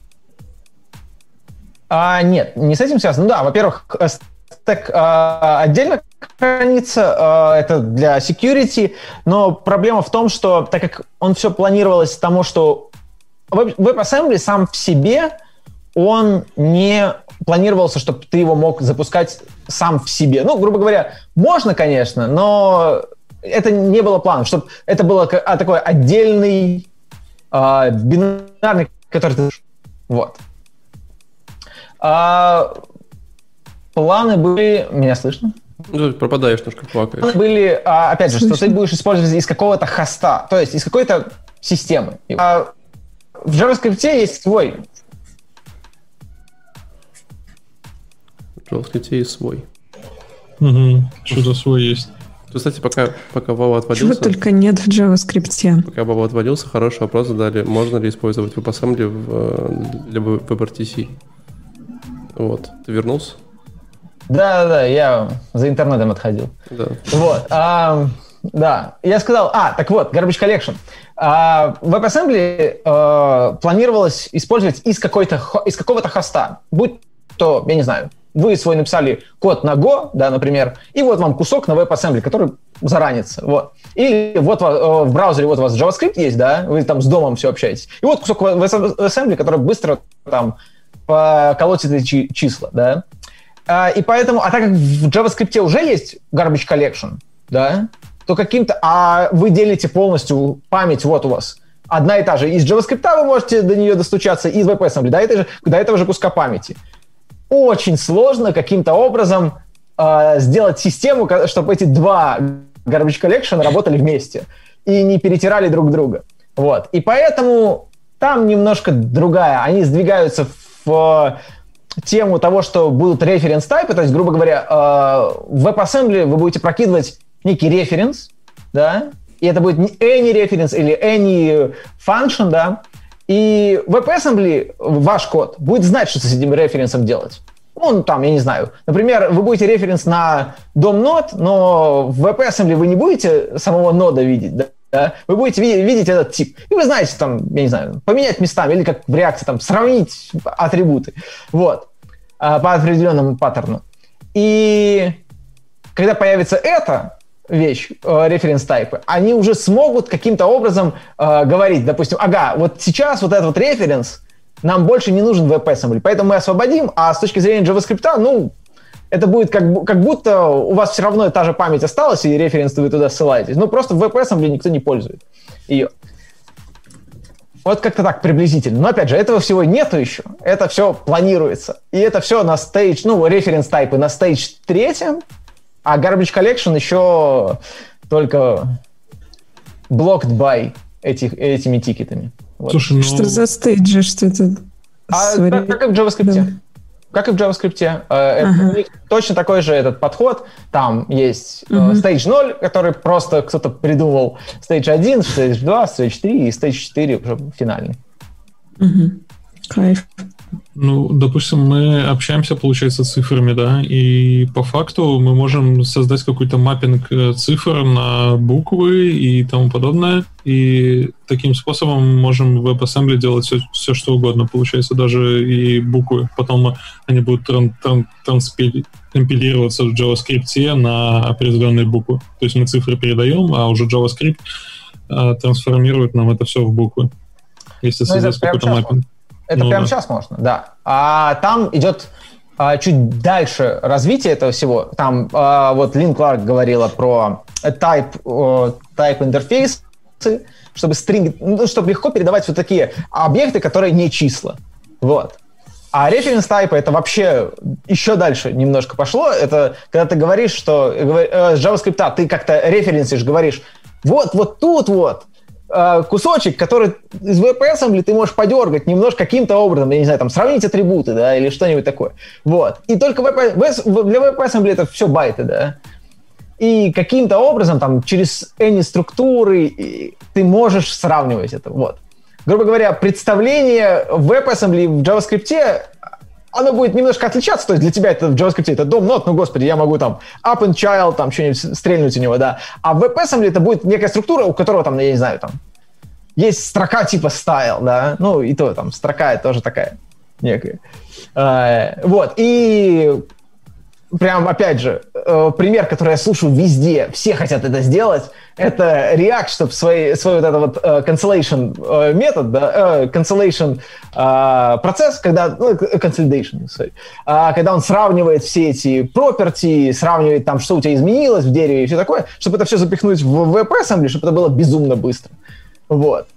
А, нет, не с этим связано. Ну да, во-первых, стек а, отдельно хранится, а, это для security, но проблема в том, что так как он все планировалось тому, что WebAssembly сам в себе, он не планировался, чтобы ты его мог запускать сам в себе. Ну, грубо говоря, можно, конечно, но это не было планом, чтобы это было а, такой отдельный а, бинарный, который ты... Вот. А, планы были... Меня слышно? Ну, пропадаешь немножко, плакаешь. Планы были, а, опять же, слышно. Что ты будешь использовать из какого-то хоста, то есть из какой-то системы. А в JavaScript есть свой... В JavaScript есть свой. Угу, что-то свой есть. Кстати, пока, пока Вова отвалился... Чего только нет в JavaScript. Пока Вова отвалился, хороший вопрос задали. Можно ли использовать WebAssembly в, для WebRTC? Вот. Ты вернулся? Да-да-да, я за интернетом отходил. Да. Вот. А, да, я сказал... А, так вот, Garbage Collection. А, WebAssembly а, планировалось использовать из, какой-то, из какого-то хоста. Будь то, я не знаю, вы свой написали код на Go, да, например, и вот вам кусок на WebAssembly, который заранится, вот. Или вот в браузере вот у вас JavaScript есть, да, вы там с домом все общаетесь, и вот кусок WebAssembly, который быстро там поколотит эти числа, да. И поэтому, а так как в JavaScript уже есть Garbage Collection, да, то каким-то, а вы делите полностью память, вот у вас одна и та же. Из JavaScript вы можете до нее достучаться, и из WebAssembly, до, этой же, до этого же куска памяти. Очень сложно каким-то образом э, сделать систему, чтобы эти два garbage collection работали вместе и не перетирали друг друга. Вот. И поэтому там немножко другая. Они сдвигаются в тему того, что будут референс-тайпы, то есть, грубо говоря, в WebAssembly вы будете прокидывать некий референс, да, и это будет any референс или any function, да, и в WebAssembly ваш код будет знать, что с этим референсом делать. Ну, там, я не знаю, например, вы будете референс на дом-нод, но в WebAssembly вы не будете самого нода видеть, да, да? Вы будете видеть, видеть этот тип. И вы знаете, там, я не знаю, поменять местами или как в реакции, там, сравнить атрибуты. Вот. По определенному паттерну. И когда появится эта вещь, референс-тайпы, они уже смогут каким-то образом э, говорить, допустим, ага, вот сейчас вот этот вот референс нам больше не нужен в WebAssembly, поэтому мы освободим, а с точки зрения JavaScript, ну, это будет как, как будто у вас все равно та же память осталась, и референс вы туда ссылаетесь. Ну, просто в WebAssembly никто не пользует ее. Вот как-то так приблизительно. Но, опять же, этого всего нету еще. Это все планируется. И это все на стейдж, ну, референс-тайпы на стейдж третьем, а garbage collection еще только blocked by этих, этими тикетами. Вот. Слушай, ну... Что за стейджи? Что это? А как, как и в JavaScript. Да. Как и в JavaScript. Ага. У них точно такой же этот подход. Там есть uh-huh. Stage ноль, который просто кто-то придумал Stage один, Stage два, Stage три и Stage четыре уже финальный. Uh-huh. Кайф. Ну, допустим, мы общаемся, получается, цифрами, да, и по факту мы можем создать какой-то маппинг цифр на буквы и тому подобное, и таким способом можем в WebAssembly делать все, все что угодно, получается, даже и буквы. Потом они будут тран- тран- транспили- компилироваться в JavaScript на определенные буквы. То есть мы цифры передаем, а уже JavaScript а, трансформирует нам это все в буквы. Если ну, создать какой-то маппинг. Это ну, прямо да. сейчас можно, да. А там идет а, чуть дальше развитие этого всего. Там а, вот Лин Кларк говорила про type, о, type интерфейсы, чтобы, string, ну, чтобы легко передавать вот такие объекты, которые не числа. Вот. А reference type это вообще еще дальше немножко пошло. Это когда ты говоришь, что э, с JavaScript ты как-то референсишь, говоришь, вот, вот тут вот, кусочек, который из WebAssembly ты можешь подергать немножко каким-то образом, я не знаю, там, сравнить атрибуты, да, или что-нибудь такое. Вот. И только WebAssembly, для WebAssembly это все байты, да. И каким-то образом, там, через any структуры ты можешь сравнивать это. Вот. Грубо говоря, представление в WebAssembly в JavaScript оно будет немножко отличаться, то есть для тебя это в JavaScript это дом-нод, ну, господи, я могу там up and child, там что-нибудь стрельнуть у него, да. А в WebAssembly это будет некая структура, у которого там, я не знаю, там есть строка типа style, да, ну, и то там строка тоже такая некая. А, вот, и прям, опять же, пример, который я слушаю везде, все хотят это сделать, это React, чтобы свой, свой вот этот вот uh, cancellation метод, да, uh, cancellation uh, процесс, когда, ну, consolidation, sorry, uh, когда он сравнивает все эти property, сравнивает там, что у тебя изменилось в дереве и все такое, чтобы это все запихнуть в WebAssembly, чтобы это было безумно быстро. Вот.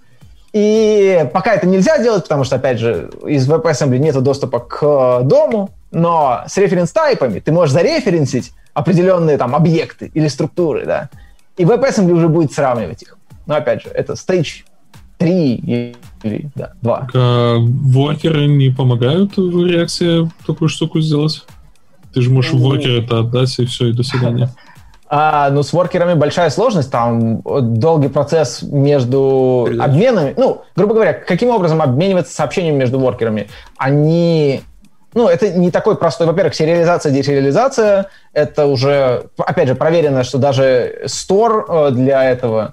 И пока это нельзя делать, потому что, опять же, из WebAssembly нет доступа к дому, но с референс-тайпами ты можешь зареференсить определенные там объекты или структуры, да, и WebAssembly уже будет сравнивать их. Но, опять же, это stage три или да, два. А воркеры не помогают в реакции такую штуку сделать? Ты же можешь воркер это отдать, и все, и до свидания. А, ну, с воркерами большая сложность, там долгий процесс между обменами. Ну, грубо говоря, каким образом обмениваться сообщениями между воркерами? Они... Ну, это не такой простой. Во-первых, сериализация, десериализация. Это уже, опять же, проверено, что даже store для этого,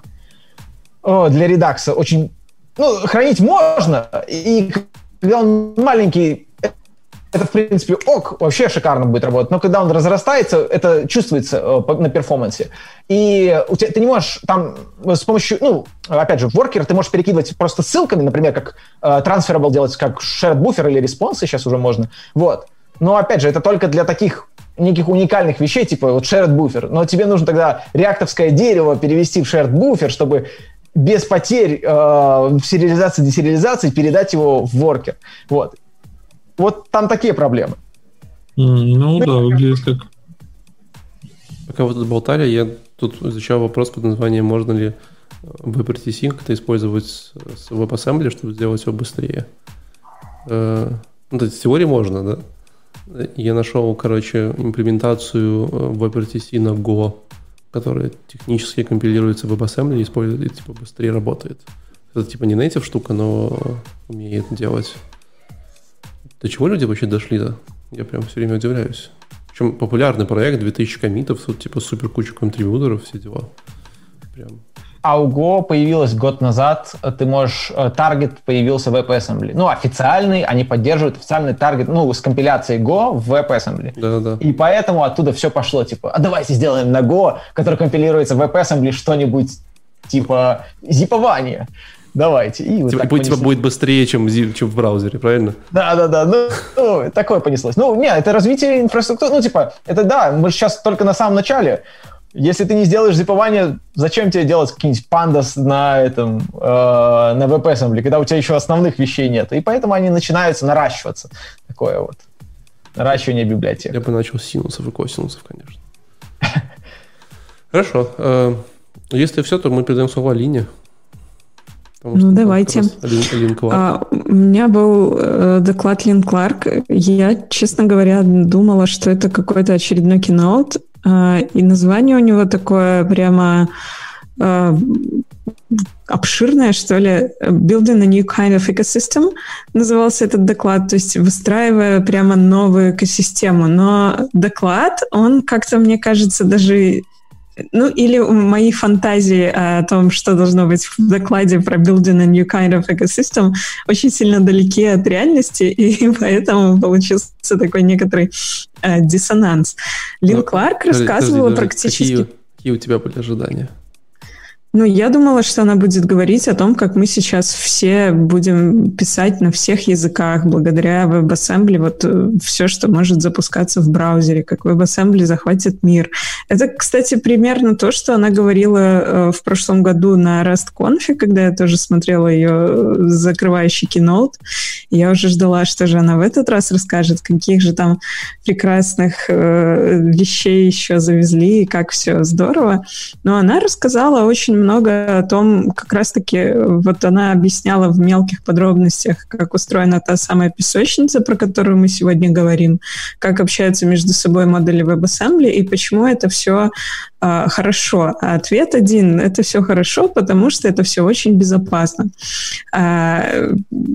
для редакса очень... Ну, хранить можно, и когда он маленький, это, в принципе, ок, вообще шикарно будет работать. Но когда он разрастается, это чувствуется на перформансе. И у тебя, ты не можешь там с помощью... Ну, опять же, в воркер ты можешь перекидывать просто ссылками, например, как э, transferable делать, как shared buffer или response сейчас уже можно. Вот. Но, опять же, это только для таких неких уникальных вещей, типа вот shared buffer. Но тебе нужно тогда реактовское дерево перевести в shared buffer, чтобы без потерь э, в сериализации, десериализации передать его в воркер. Вот. Вот там такие проблемы. Mm, ну, ну да, выглядит как... Пока вы тут болтали, я тут изучал вопрос под названием, можно ли WebRTC как-то использовать с WebAssembly, чтобы сделать его быстрее. Ну, то есть в теории можно, да? Я нашел, короче, имплементацию WebRTC на Go, которая технически компилируется в WebAssembly и использует, и типа быстрее работает. Это типа не native штука, но умеет делать. До чего люди вообще дошли-то? Я прям все время удивляюсь. Причем популярный проект, две тысячи коммитов, тут типа супер куча контрибьюторов, все дела. Прям. А у Go появилось год назад, ты можешь, таргет появился в WebAssembly. Ну, официальный, они поддерживают официальный таргет, ну, с компиляцией Go в WebAssembly. Да-да-да. И поэтому оттуда все пошло, типа, а давайте сделаем на Go, который компилируется в WebAssembly, что-нибудь типа зипование. Давайте. И вот типа, типа будет быстрее, чем, чем в браузере, правильно? Да-да-да, ну, ну, такое понеслось. Ну, нет, это развитие инфраструктуры, ну, типа, это да, мы сейчас только на самом начале. Если ты не сделаешь зипование, зачем тебе делать какие-нибудь pandas на этом, э, на WebAssembly, когда у тебя еще основных вещей нет? И поэтому они начинаются наращиваться. Такое вот. Наращивание библиотек. Я бы начал с синусов и косинусов, конечно. Хорошо. Если все, то мы передаем слово Алине. Ну, давайте. А, у меня был э, доклад Лин Кларк. Я, честно говоря, думала, что это какой-то очередной keynote. Э, и название у него такое прямо э, обширное, что ли. Building a new kind of ecosystem назывался этот доклад. То есть выстраивая прямо новую экосистему. Но доклад, он как-то, мне кажется, даже... Ну, или мои фантазии о том, что должно быть в докладе про building a new kind of ecosystem, очень сильно далеки от реальности, и поэтому получился такой некоторый э, диссонанс. Лин Кларк рассказывала подожди, практически... Какие, какие у тебя были ожидания? Ну, я думала, что она будет говорить о том, как мы сейчас все будем писать на всех языках благодаря WebAssembly, вот все, что может запускаться в браузере, как WebAssembly захватит мир. Это, кстати, примерно то, что она говорила в прошлом году на RustConf, когда я тоже смотрела ее закрывающий keynote. Я уже ждала, что же она в этот раз расскажет, каких же там прекрасных э, вещей еще завезли и как все здорово. Но она рассказала очень много о том, как раз-таки вот она объясняла в мелких подробностях, как устроена та самая песочница, про которую мы сегодня говорим, как общаются между собой модули WebAssembly и почему это все э, хорошо. А ответ один — это все хорошо, потому что это все очень безопасно. Э,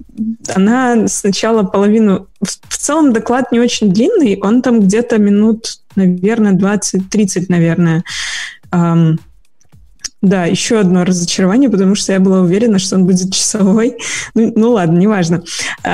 она сначала половину... В целом доклад не очень длинный, он там где-то минут, наверное, двадцать-тридцать, наверное. Эм, Да, еще одно разочарование, потому что я была уверена, что он будет часовой. Ну, ну ладно, неважно.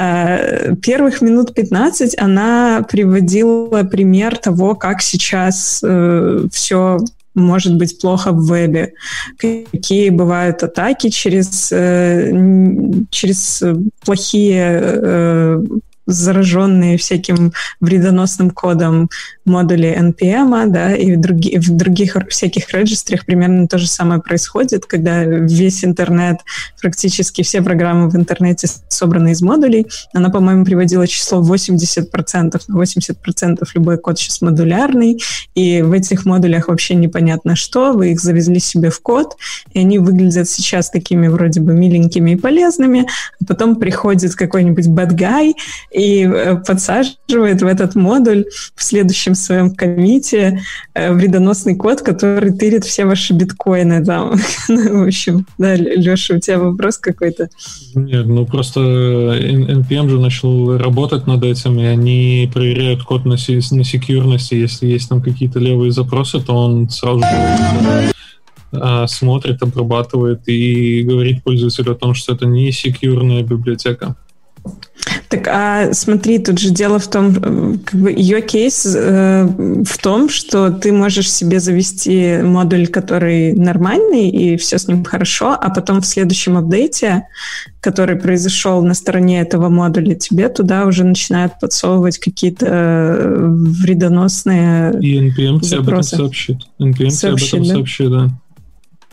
Первых минут пятнадцать она приводила пример того, как сейчас э, все может быть плохо в вебе, какие бывают атаки через, э, через плохие... Э, зараженные всяким вредоносным кодом модули эн пи эм, да, и в, други, в других всяких регистрах примерно то же самое происходит, когда весь интернет, практически все программы в интернете собраны из модулей. Она, по-моему, приводила число восемьдесят процентов. На восемьдесят процентов любой код сейчас модулярный, и в этих модулях вообще непонятно что, вы их завезли себе в код, и они выглядят сейчас такими вроде бы миленькими и полезными, а потом приходит какой-нибудь bad guy и подсаживает в этот модуль в следующем своем коммите вредоносный код, который тырит все ваши биткоины там. В общем, да, Леша, у тебя вопрос какой-то? Нет, ну просто эн пи эм же начал работать над этим, и они проверяют код на, на секьюрности. Если есть там какие-то левые запросы, то он сразу же смотрит, обрабатывает и говорит пользователю о том, что это не секьюрная библиотека. Так, а смотри, тут же дело в том, как бы ее кейс э, в том, что ты можешь себе завести модуль, который нормальный, и все с ним хорошо, а потом в следующем апдейте, который произошел на стороне этого модуля, тебе туда уже начинают подсовывать какие-то вредоносные и эн пи эм тебе об этом сообщит. эн пи эм тебе об этом сообщит, да.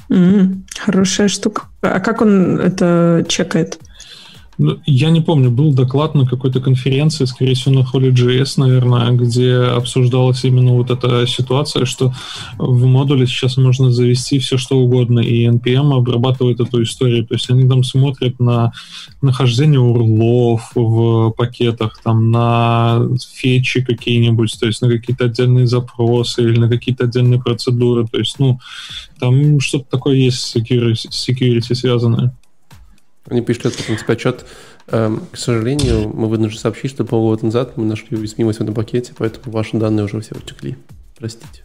Mm, хорошая штука. А как он это чекает? Ну, я не помню, был доклад на какой-то конференции, скорее всего, на Holy.js, наверное, где обсуждалась именно вот эта ситуация, что в модуле сейчас можно завести все, что угодно, и эн пи эм обрабатывает эту историю. То есть они там смотрят на нахождение урлов в пакетах, там, на фетчи какие-нибудь, то есть на какие-то отдельные запросы или на какие-то отдельные процедуры. То есть, ну, там что-то такое есть с security, с security связанное. Они пишут, в принципе, отчет. Эм, к сожалению, мы вынуждены сообщить, что полгода назад мы нашли уязвимость в этом пакете, поэтому ваши данные уже все утекли. Простите.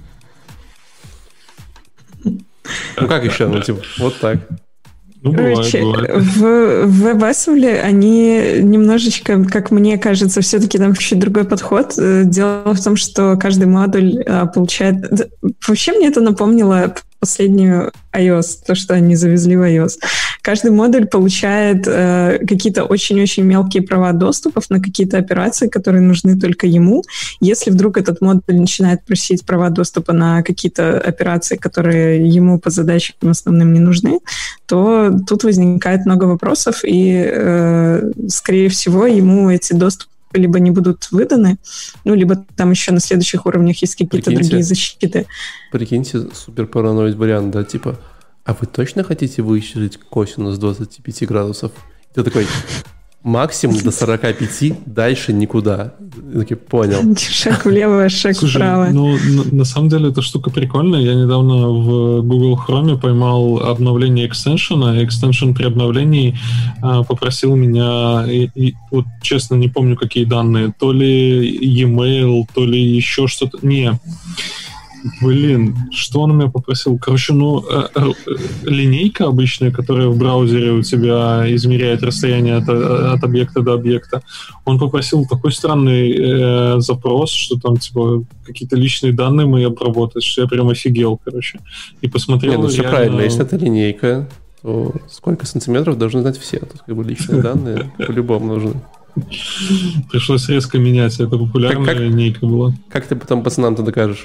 Ну как еще? Ну, типа, вот так. Ну, Короче, бывает, бывает. в, в WebAssembly они немножечко, как мне кажется, все-таки там чуть другой подход. Дело в том, что каждый модуль а, получает... Вообще мне это напомнило последнюю iOS, то, что они завезли в iOS. Каждый модуль получает э, какие-то очень-очень мелкие права доступов на какие-то операции, которые нужны только ему. Если вдруг этот модуль начинает просить права доступа на какие-то операции, которые ему по задачам основным не нужны, то тут возникает много вопросов, и, э, скорее всего, ему эти доступы либо не будут выданы, ну, либо там еще на следующих уровнях есть какие-то прикиньте, другие защиты. Прикиньте, супер параноид вариант, да, типа, а вы точно хотите вычислить косинус двадцать пять градусов? Ты такой, максимум до сорок пять, дальше никуда. Я такой, понял. Шаг влево, шаг Слушай, вправо. Ну, на, на самом деле, эта штука прикольная. Я недавно в Google Chrome поймал обновление экстеншена, и экстеншен при обновлении а, попросил меня, и, и, вот честно, не помню, какие данные, то ли e-mail, то ли еще что-то. Не, блин, что он меня попросил? Короче, ну, э, э, линейка обычная, которая в браузере у тебя измеряет расстояние от, от объекта до объекта, он попросил такой странный э, запрос, что там, типа, какие-то личные данные мои обработать, что я прям офигел, короче. И посмотрел... Не, ну все реально... правильно, если это линейка, то сколько сантиметров должны знать все. Тут как бы личные данные по-любому нужны. Пришлось резко менять, это популярная как, как, линейка была. Как ты потом пацанам-то докажешь?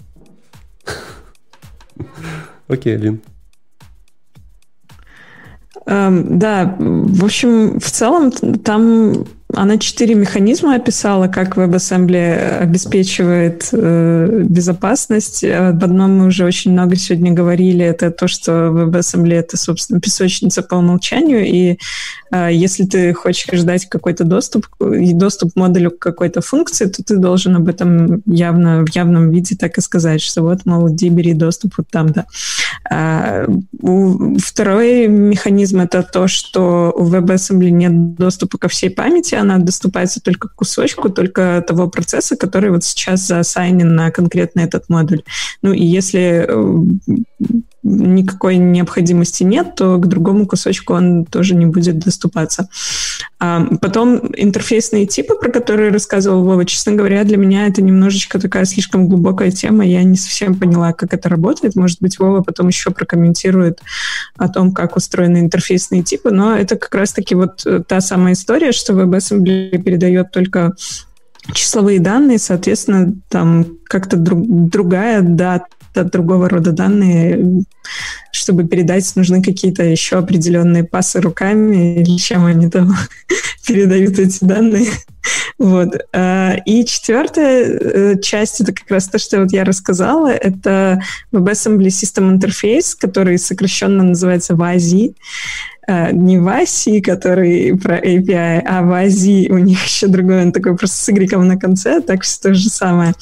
Окей, Лин. Um, да, в общем, в целом там она четыре механизма описала, как WebAssembly обеспечивает э, безопасность. Об одном мы уже очень много сегодня говорили. Это то, что WebAssembly — это, собственно, песочница по умолчанию. И э, если ты хочешь дать какой-то доступ, доступ к модулю к какой-то функции, то ты должен об этом явно, в явном виде так и сказать, что вот, мол, иди, бери доступ вот там-то. А, у, второй механизм — это то, что у WebAssembly нет доступа ко всей памяти, она доступается только к кусочку, только того процесса, который вот сейчас заассайнен на конкретно этот модуль. Ну и если никакой необходимости нет, то к другому кусочку он тоже не будет доступаться. А потом интерфейсные типы, про которые рассказывал Вова, честно говоря, для меня это немножечко такая слишком глубокая тема, я не совсем поняла, как это работает. Может быть, Вова потом еще прокомментирует о том, как устроены интерфейсные типы, но это как раз-таки вот та самая история, что WebAssembly передает только числовые данные, соответственно, там как-то друг, другая дата, другого рода данные, чтобы передать, нужны какие-то еще определенные пасы руками, или чем они там передают эти данные. Вот. И четвертая часть, это как раз то, что вот я рассказала, это WebAssembly System Interface, который сокращенно называется вази. Не васи, который про эй пи ай, а вази, у них еще другой, он такой просто с игреком на конце, так что то же самое.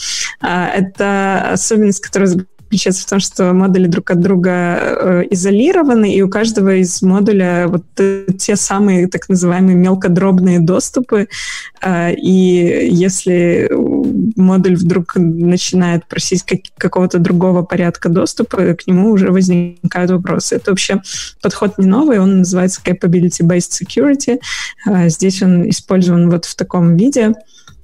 Это особенность, которая заключается в том, что модули друг от друга э, изолированы, и у каждого из модуля вот э, те самые так называемые мелкодробные доступы, э, и если модуль вдруг начинает просить как- какого-то другого порядка доступа, к нему уже возникают вопросы. Это вообще подход не новый, он называется Capability-Based Security. Э, здесь он использован вот в таком виде.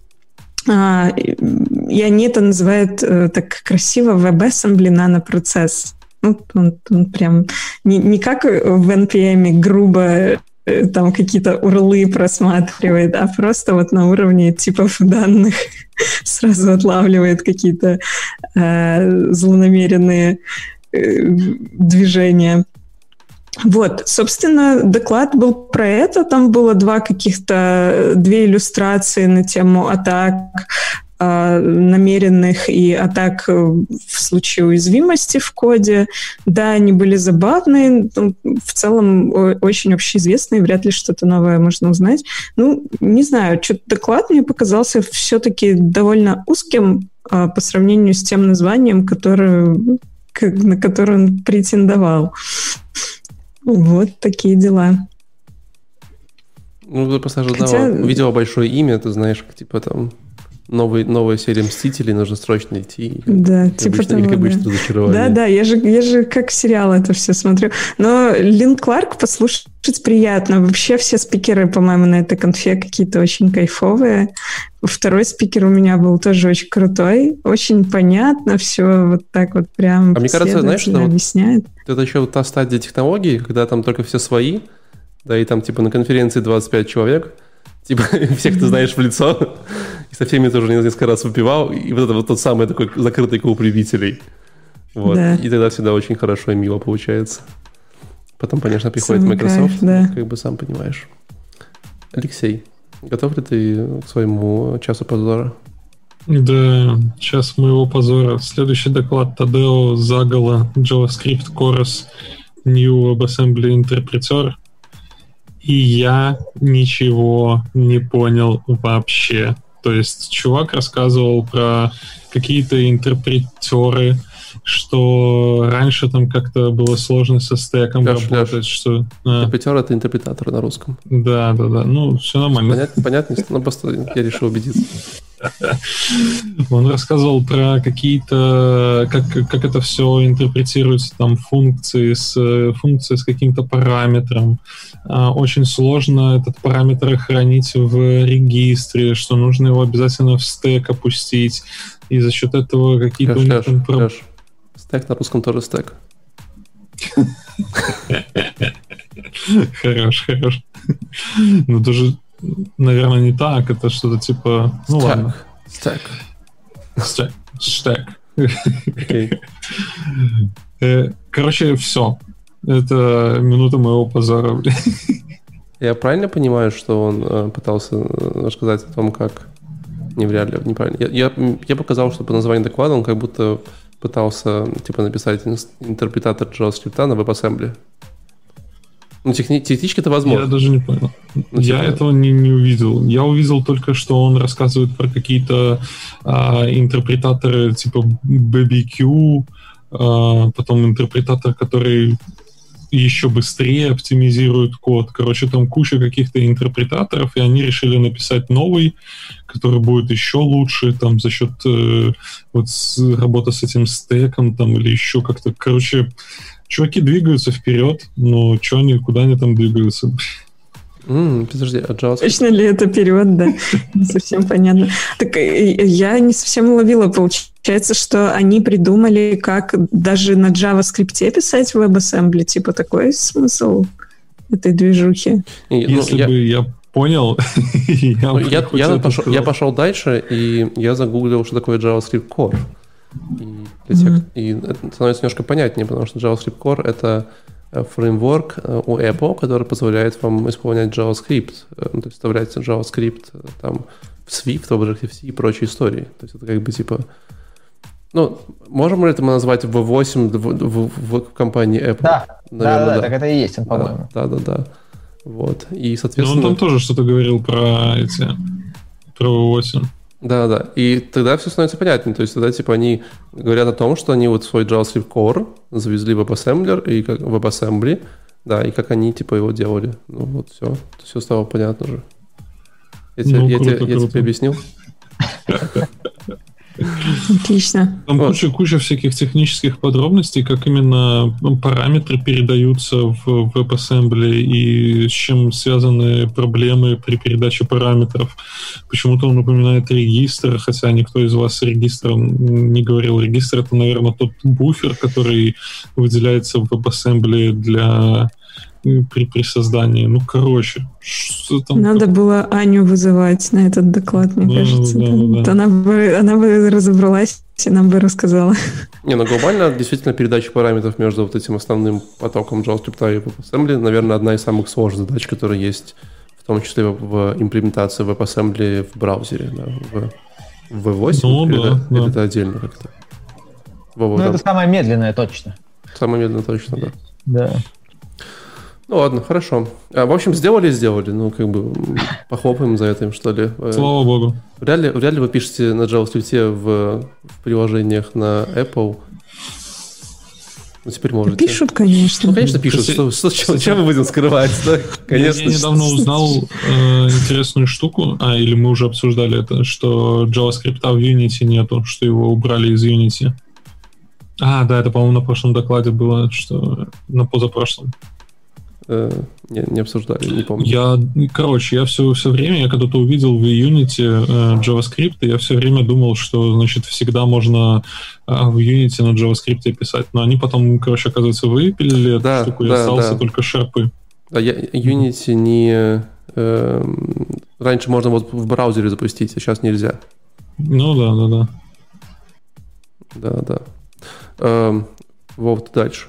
Uh, и они это называют uh, так красиво WebAssembly нанопроцесс. Ну, он, он прям не, не как в эн пи эм грубо uh, там какие-то урлы просматривает, а просто вот на уровне типов данных сразу отлавливает какие-то uh, злонамеренные движения. Вот, собственно, доклад был про это. Там было два каких-то, две иллюстрации на тему атак э, намеренных и атак в случае уязвимости в коде. Да, они были забавные, ну, в целом очень общеизвестные, вряд ли что-то новое можно узнать. Ну, не знаю, что-то доклад мне показался все-таки довольно узким э, по сравнению с тем названием, которое, на которое он претендовал. Вот такие дела. Ну, ты просто ожидала, Хотя... видела большое имя, ты знаешь, как, типа там новый, новая серия «Мстителей», нужно срочно идти. Да, как типа обычно, того, как обычно, да. разочарование. Да, да, я же, я же как сериал это все смотрю. Но Лин Кларк послушать приятно. Вообще все спикеры, по-моему, на этой конфе какие-то очень кайфовые. Второй спикер у меня был тоже очень крутой. Очень понятно все, вот так вот прям а мне кажется, знаешь, что объясняет. Вот, это еще та стадия технологий, когда там только все свои, да, и там типа на конференции двадцать пять человек, типа всех ты знаешь в лицо, и со всеми тоже несколько раз выпивал, и вот это вот тот самый такой закрытый клуб любителей. Вот. Да. И тогда всегда очень хорошо и мило получается. Потом, конечно, приходит Самый Microsoft, кайф, да. Как бы сам понимаешь. Алексей, готов ли ты к своему часу позора? Да, час моего позора. Следующий доклад Тадео Загала, JavaScript Chorus New WebAssembly Interpreter. И я ничего не понял вообще. То есть чувак рассказывал про какие-то интерпретеры, что раньше там как-то было сложно со стеком Ляш, работать. Ляш. Что, а. Интерпретер — это интерпретатор на русском. Да, да, да. Ну, все нормально. Понятно, понятно, но просто я решил убедиться. Он рассказывал про какие-то, как, как это все интерпретируется, там функции с, функции с каким-то параметром. Очень сложно этот параметр хранить в регистре, что нужно его обязательно в стек опустить, и за счет этого какие-то... Ляш, Ляш, там... Ляш. Стек на русском тоже стек. Хорош, хорош. Ну, даже, наверное, не так. Это что-то типа... Ну, ладно. Стек. Стек. Стек. Короче, все. Это минута моего позора. Я правильно понимаю, что он пытался рассказать о том, как... Не, вряд ли, неправильно. Я, я, я показал, что по названию доклада он как будто пытался типа написать интерпретатор JavaScript на WebAssembly. Ну, техни- технически это возможно. Я даже не понял. Ну, я типа... этого не, не увидел. Я увидел только, что он рассказывает про какие-то а, интерпретаторы типа би би кью, а, потом интерпретатор, который еще быстрее оптимизирует код. Короче, там куча каких-то интерпретаторов, и они решили написать новый, который будет еще лучше, там, за счет э, вот с, работы с этим стеком, там, или еще как-то. Короче, чуваки двигаются вперед, но что они, куда они там двигаются? Mm, подожди, а JavaScript? Точно ли это перевод, да? Не совсем понятно. Так я не совсем уловила. Получается, что они придумали, как даже на JavaScript писать в WebAssembly. Типа такой смысл этой движухи. Если ну, я... бы я понял, я, ну, я, я, пошел, я пошел дальше, и я загуглил, что такое JavaScript Core. И, mm-hmm. и это становится немножко понятнее, потому что JavaScript Core — это фреймворк у Apple, который позволяет вам исполнять JavaScript, ну, то есть вставлять JavaScript там, в Swift, в Objective-C и прочие истории. То есть это как бы типа... Ну, можем ли это мы назвать ви восемь в, в, в, в компании Apple? Да, наверное, да, да, да, так это и есть он, по-моему. Да, да, да. Вот. И, соответственно... Но он там тоже что-то говорил про эти... про ви восемь. Да, да. И тогда все становится понятнее. То есть тогда типа они говорят о том, что они вот свой JavaScript Core завезли в WebAssembler и как WebAssembly, да, и как они типа его делали. Ну вот все. Все стало понятно же. Я, ну, тебе, круто, я, тебе, я тебе объяснил? Отлично. Там вот. куча, куча всяких технических подробностей, как именно параметры передаются в WebAssembly и с чем связаны проблемы при передаче параметров. Почему-то он упоминает регистр, хотя никто из вас регистром не говорил. Регистр — это, наверное, тот буфер, который выделяется в WebAssembly для... При, при создании. Ну, короче, что там... Надо как... было Аню вызывать на этот доклад, мне да, кажется. Да, да. Она, бы, она бы разобралась нам бы рассказала. Не, ну глобально действительно передача параметров между вот этим основным потоком JavaScript и WebAssembly, наверное, одна из самых сложных задач, которые есть, в том числе в имплементации WebAssembly в браузере, да, в, в ви восемь. Ну, или, да, или да. это отдельно как-то? Вова, ну, там... это самое медленное, точно. Самое медленное, точно, да. Да. Ну ладно, хорошо. А, в общем, сделали, сделали. Ну, как бы похлопаем за это, что ли. Слава богу. Вряд ли, вряд ли вы пишете на JavaScript в, в приложениях на Apple. Ну, теперь можете. Пишут, конечно. Ну, конечно, пишут. Что, что, что, чем мы будем скрывать? Да? Конечно. Я, я недавно узнал э, интересную штуку, а, или мы уже обсуждали это, что JavaScript в Unity нету, что его убрали из Unity. А, да, это, по-моему, на прошлом докладе было, что на позапрошлом. Э, не, не обсуждали, не помню. Я, короче, я все, все время, я когда-то увидел в Unity э, JavaScript, и я все время думал, что, значит, всегда можно э, в Unity на JavaScript писать. Но они потом, короче, оказывается, выпилили да, эту штуку, да, и остался да. только шерпы. Да, я, Unity не... Э, раньше можно вот в браузере запустить, а сейчас нельзя. Ну да, да, да. Да, да. Э, вот дальше.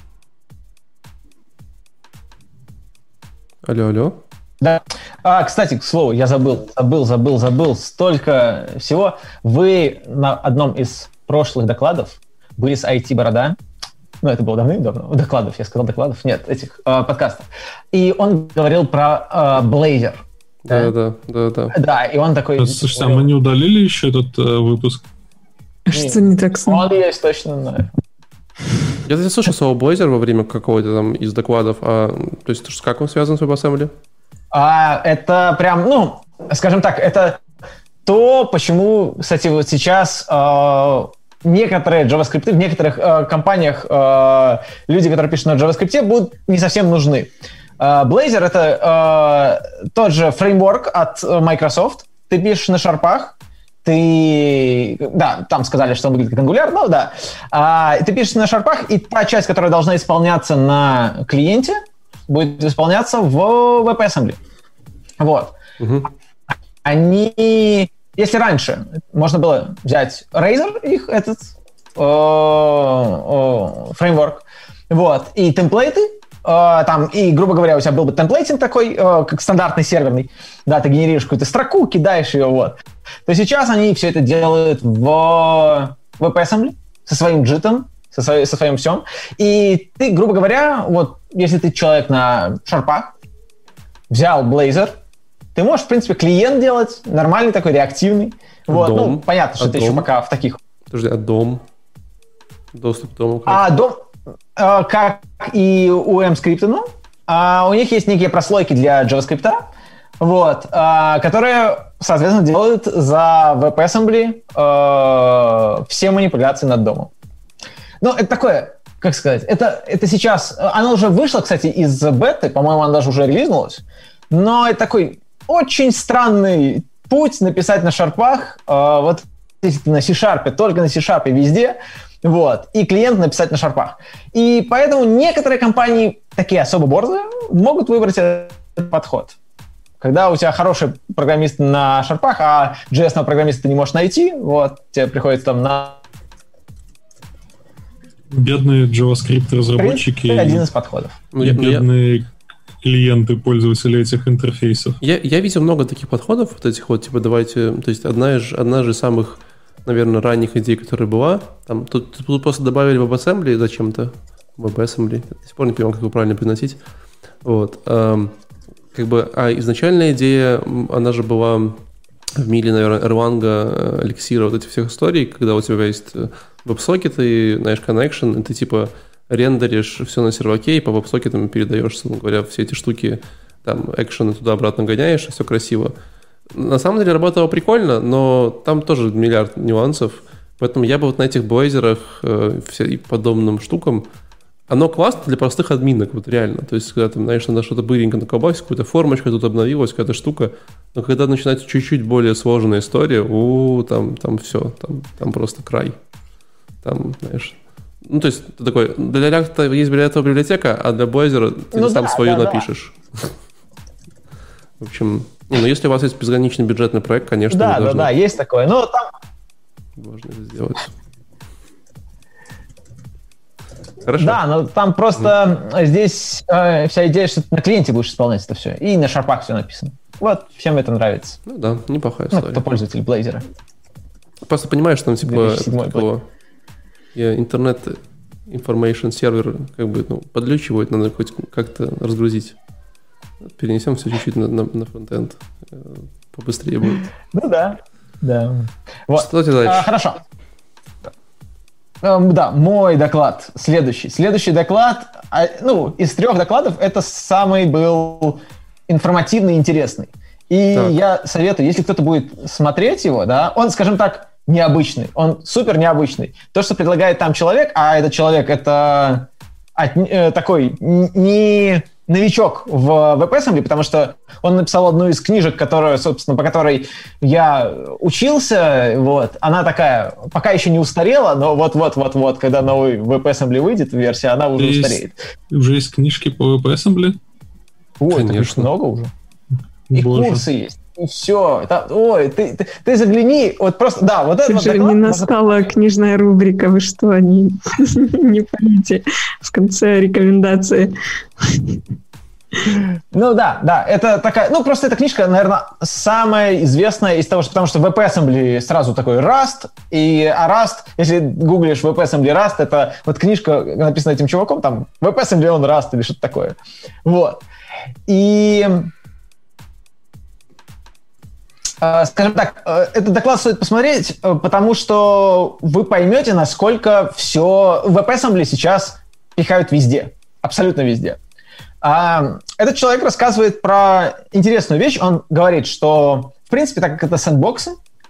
Алло, алло. Да. А, кстати, к слову, я забыл, забыл, забыл, забыл. Столько всего. Вы на одном из прошлых докладов были с ай ти-борода. Ну, это было давным-давно. Докладов, я сказал докладов. Нет, этих э, подкастов. И он говорил про э, Blazor. Да, да, да, да. Да, и он такой... Слушайте, а мы не удалили еще этот э, выпуск? Что не так с ним? Он есть точно, но... Я, кстати, слышал слово Blazor во время какого-то там из докладов. А, то есть, как он связан с WebAssembly? А, это прям, ну, скажем так, это то, почему, кстати, вот сейчас э, некоторые JavaScript в некоторых э, компаниях э, люди, которые пишут на JavaScript, будут не совсем нужны. Э, Blazor — это э, тот же фреймворк от Microsoft. Ты пишешь на шарпах, ты... Да, там сказали, что он выглядит как Angular, ну да. А, ты пишешь на шарпах, и та часть, которая должна исполняться на клиенте, будет исполняться в WebAssembly. Вот. Угу. Они... Если раньше можно было взять Razor, их этот о, о, фреймворк, вот, и темплейты, Uh, там, и, грубо говоря, у тебя был бы темплейтинг такой, uh, как стандартный серверный, да, ты генерируешь какую-то строку, кидаешь ее, вот. То сейчас они все это делают в WebAssembly со своим джитом, со, своей, со своим всем. И ты, грубо говоря, вот, если ты человек на шарпах, взял Blazor, ты можешь, в принципе, клиент делать, нормальный такой, реактивный. Вот, дом. ну, понятно, что а ты дом? еще пока в таких... Подожди, а дом? Доступ к дому? А, дом... Как и у M-скрипта, ну, у них есть некие прослойки для JavaScript, вот, которые, соответственно, делают за WebAssembly все манипуляции над домом. Ну, это такое, как сказать, это, это сейчас... Оно уже вышло, кстати, из беты, по-моему, оно даже уже релизнулось, но это такой очень странный путь написать на шарпах, вот если ты на C-Sharp, только на C-Sharp везде, вот, и клиент написать на шарпах. И поэтому некоторые компании, такие особо борзые, могут выбрать этот подход. Когда у тебя хороший программист на шарпах, а джей эс-ного программиста ты не можешь найти, вот, тебе приходится там на... Бедные JavaScript-разработчики. Это один из подходов. И бедные я... клиенты, пользователи этих интерфейсов. Я, я видел много таких подходов, вот этих вот, типа, давайте... То есть одна из, одна из самых, наверное, ранних идей, которая была, там, тут, тут просто добавили WebAssembly зачем-то. WebAssembly. Я до сих пор не понимаю, как его правильно приносить. Вот. А, как бы, а изначальная идея, она же была в мире, наверное, Erlang, эликсира, вот этих всех историй, когда у тебя есть веб-сокет и, знаешь, connection, и ты, типа, рендеришь все на серваке и по веб-сокетам передаешь, собственно говоря, все эти штуки, там, экшены туда-обратно гоняешь, и все красиво. На самом деле работало прикольно, но там тоже миллиард нюансов, поэтому я бы вот на этих блейзерах э, и подобным штукам, оно классно для простых админок, вот реально. То есть, когда там, знаешь, надо что-то быренько наколбасить, какая-то формочка тут обновилась, какая-то штука, но когда начинается чуть-чуть более сложная история, у там, там все, там, там просто край. Там, знаешь... Ну, то есть, ты такой, для React есть для этого библиотека, а для Blazor ты ну, сам да, свою да, напишешь. Да. В общем, не, ну если у вас есть безграничный бюджетный проект, конечно, да, да, должны, да, есть такое, но там... Можно это сделать. Хорошо. Да, но там просто mm. здесь э, вся идея, что ты на клиенте будешь исполнять это все. И на шарпах все написано. Вот, всем это нравится. Ну да, неплохая история. Ну, кто пользователь Blazor. Просто понимаешь, что там типа такого интернет information сервер как бы ну, подлючивает, надо хоть как-то разгрузить. Перенесем все чуть-чуть на, на, на фронтенд. Побыстрее будет. Ну да, да. Вот. Что тебе дальше? А, хорошо. Um, да, мой доклад следующий. Следующий доклад, ну, из трех докладов это самый был информативный и интересный. И так. я советую, если кто-то будет смотреть его, да, он, скажем так, необычный, он супер необычный. То, что предлагает там человек, а этот человек это от, э, такой не новичок в WebAssembly, потому что он написал одну из книжек, которая, собственно, по которой я учился, вот, она такая, пока еще не устарела, но вот-вот-вот-вот, когда новый WebAssembly выйдет, версия, она уже есть, устареет. Уже есть книжки по WebAssembly? Ой, это много уже. И Боже. Курсы есть. И все. Это, ой, ты, ты, ты загляни, вот просто, да, вот это вот доклад. Не настала можно... книжная рубрика, вы что, не, не поймите в конце рекомендации. Ну да, да, это такая, ну просто эта книжка, наверное, самая известная из того, что, потому что WebAssembly сразу такой Rust, и а Rust, если гуглишь WebAssembly Rust, это вот книжка написана этим чуваком, там WebAssembly он Rust или что-то такое. Вот. И... Скажем так, этот доклад стоит посмотреть, потому что вы поймете, насколько все WebAssembly сейчас пихают везде, абсолютно везде. Этот человек рассказывает про интересную вещь. Он говорит, что, в принципе, так как это сэндбоксы,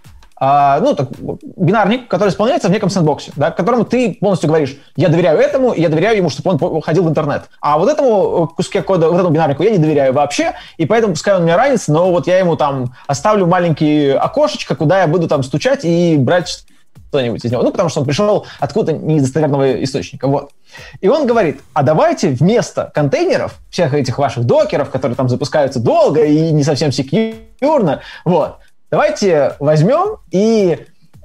ну, так, бинарник, который исполняется в неком сэндбоксе, да, которому ты полностью говоришь, я доверяю этому, и я доверяю ему, чтобы он ходил в интернет. А вот этому куске кода, вот этому бинарнику я не доверяю вообще, и поэтому пускай он мне ранится, но вот я ему там оставлю маленькие окошечко, куда я буду там стучать и брать что-нибудь из него. Ну, потому что он пришел откуда-то недостоверного источника. Вот. И он говорит, а давайте вместо контейнеров, всех этих ваших докеров, которые там запускаются долго и не совсем секьюрно, вот, давайте возьмем и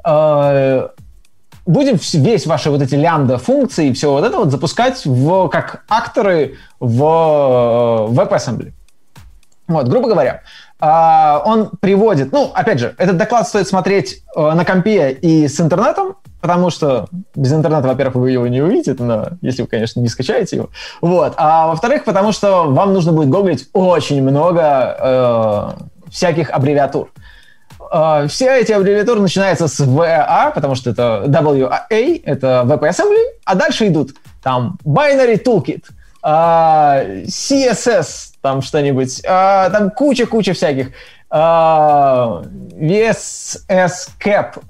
э, будем весь ваши вот эти лямбда-функции и все вот это вот запускать в, как акторы в WebAssembly. Вот, грубо говоря, э, он приводит... Ну, опять же, этот доклад стоит смотреть э, на компе и с интернетом, потому что без интернета, во-первых, вы его не увидите, но если вы, конечно, не скачаете его. Вот. А во-вторых, потому что вам нужно будет гуглить очень много э, всяких аббревиатур. Uh, все эти аббревиатуры начинаются с ви эй эй, потому что это дабл ю эй, это WebAssembly, а дальше идут там Binary Toolkit, uh, си эс эс, там что-нибудь, uh, там куча-куча всяких, uh, ви эс эс Cap,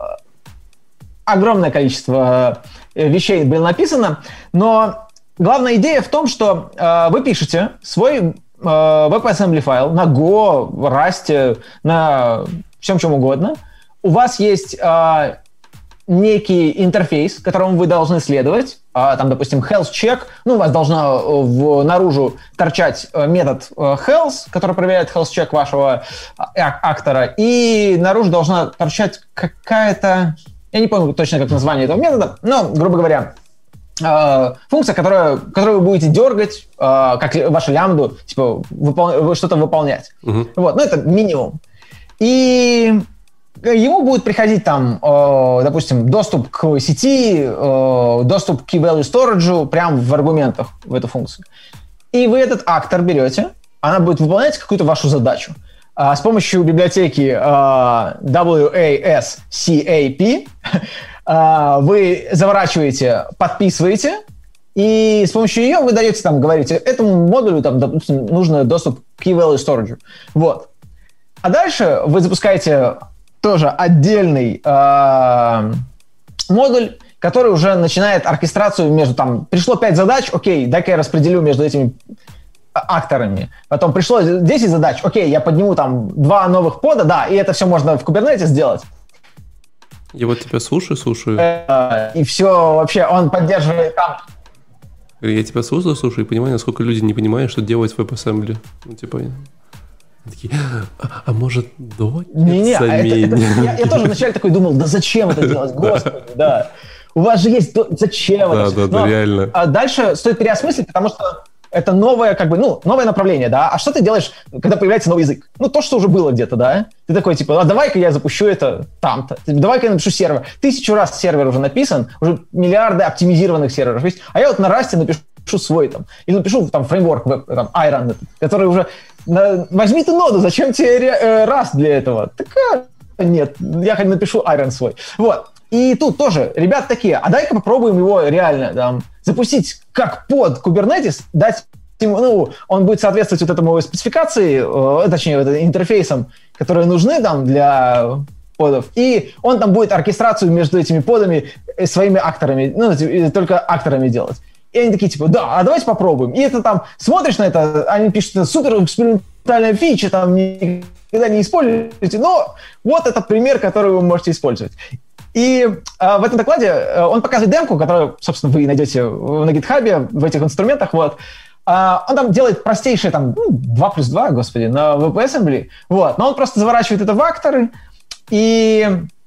огромное количество вещей было написано, но главная идея в том, что uh, вы пишете свой uh, WebAssembly файл на Go, Rust, на всем чем угодно. У вас есть э, некий интерфейс, которому вы должны следовать. Э, там, допустим, health check. Ну, у вас должна в, наружу торчать метод э, health, который проверяет health check вашего э, актора. И наружу должна торчать какая-то... Я не помню точно, как название этого метода, но, грубо говоря, э, функция, которую, которую вы будете дергать, э, как вашу лямбду, типа, выпол... что-то выполнять. Uh-huh. Вот. Ну, это минимум. И ему будет приходить там, э, допустим, доступ к сети, э, доступ к key-value storage прямо в аргументах в эту функцию. И вы этот актор берете, она будет выполнять какую-то вашу задачу. А с помощью библиотеки э, дабл ю эй эс кап э, вы заворачиваете, подписываете, и с помощью ее вы даете, там, говорите, этому модулю, там, допустим, нужно доступ к key-value storage. Вот. А дальше вы запускаете тоже отдельный э, модуль, который уже начинает оркестрацию между там... Пришло пять задач, окей, дай-ка я распределю между этими акторами. Потом пришло десять задач, окей, я подниму там два новых пода, да, и это все можно в Kubernetes сделать. Я вот тебя слушаю, слушаю. Э, и все вообще, он поддерживает там... Я тебя слушаю, слушаю, и понимаю, насколько люди не понимают, что делать в WebAssembly. Ну, типа... Такие, а, а может, докер заменим? Я, я тоже вначале такой думал, да зачем это делать, господи, да. У вас же есть... Зачем да, это? Да, да, реально. А дальше стоит переосмыслить, потому что это новое, как бы, ну, новое направление, да? А что ты делаешь, когда появляется новый язык? Ну, то, что уже было где-то, да? Ты такой, типа, а давай-ка я запущу это там-то. Давай-ка я напишу сервер. Тысячу раз сервер уже написан, уже миллиарды оптимизированных серверов есть. А я вот на Rust напишу свой там. И напишу там фреймворк, там, Iron, который уже... Возьми ты ноду, зачем тебе Rust для этого? Так, нет, я хоть напишу Iron свой. Вот. И тут тоже ребята такие, а дай-ка попробуем его реально там запустить как под Kubernetes, дать ему, ну, он будет соответствовать вот этому спецификации, э, точнее, вот, интерфейсам, которые нужны там для подов, и он там будет оркестрацию между этими подами своими акторами, ну, только акторами делать. И они такие, типа, да, а давайте попробуем. И это там, смотришь на это, они пишут, это супер экспериментальная фича, там никогда не используете, но вот этот пример, который вы можете использовать. И э, в этом докладе э, он показывает демку, которую, собственно, вы найдете на GitHub, в этих инструментах, вот. Э, он там делает простейшие, там, ну, два плюс два, господи, на WebAssembly, вот. Но он просто заворачивает это в акторы и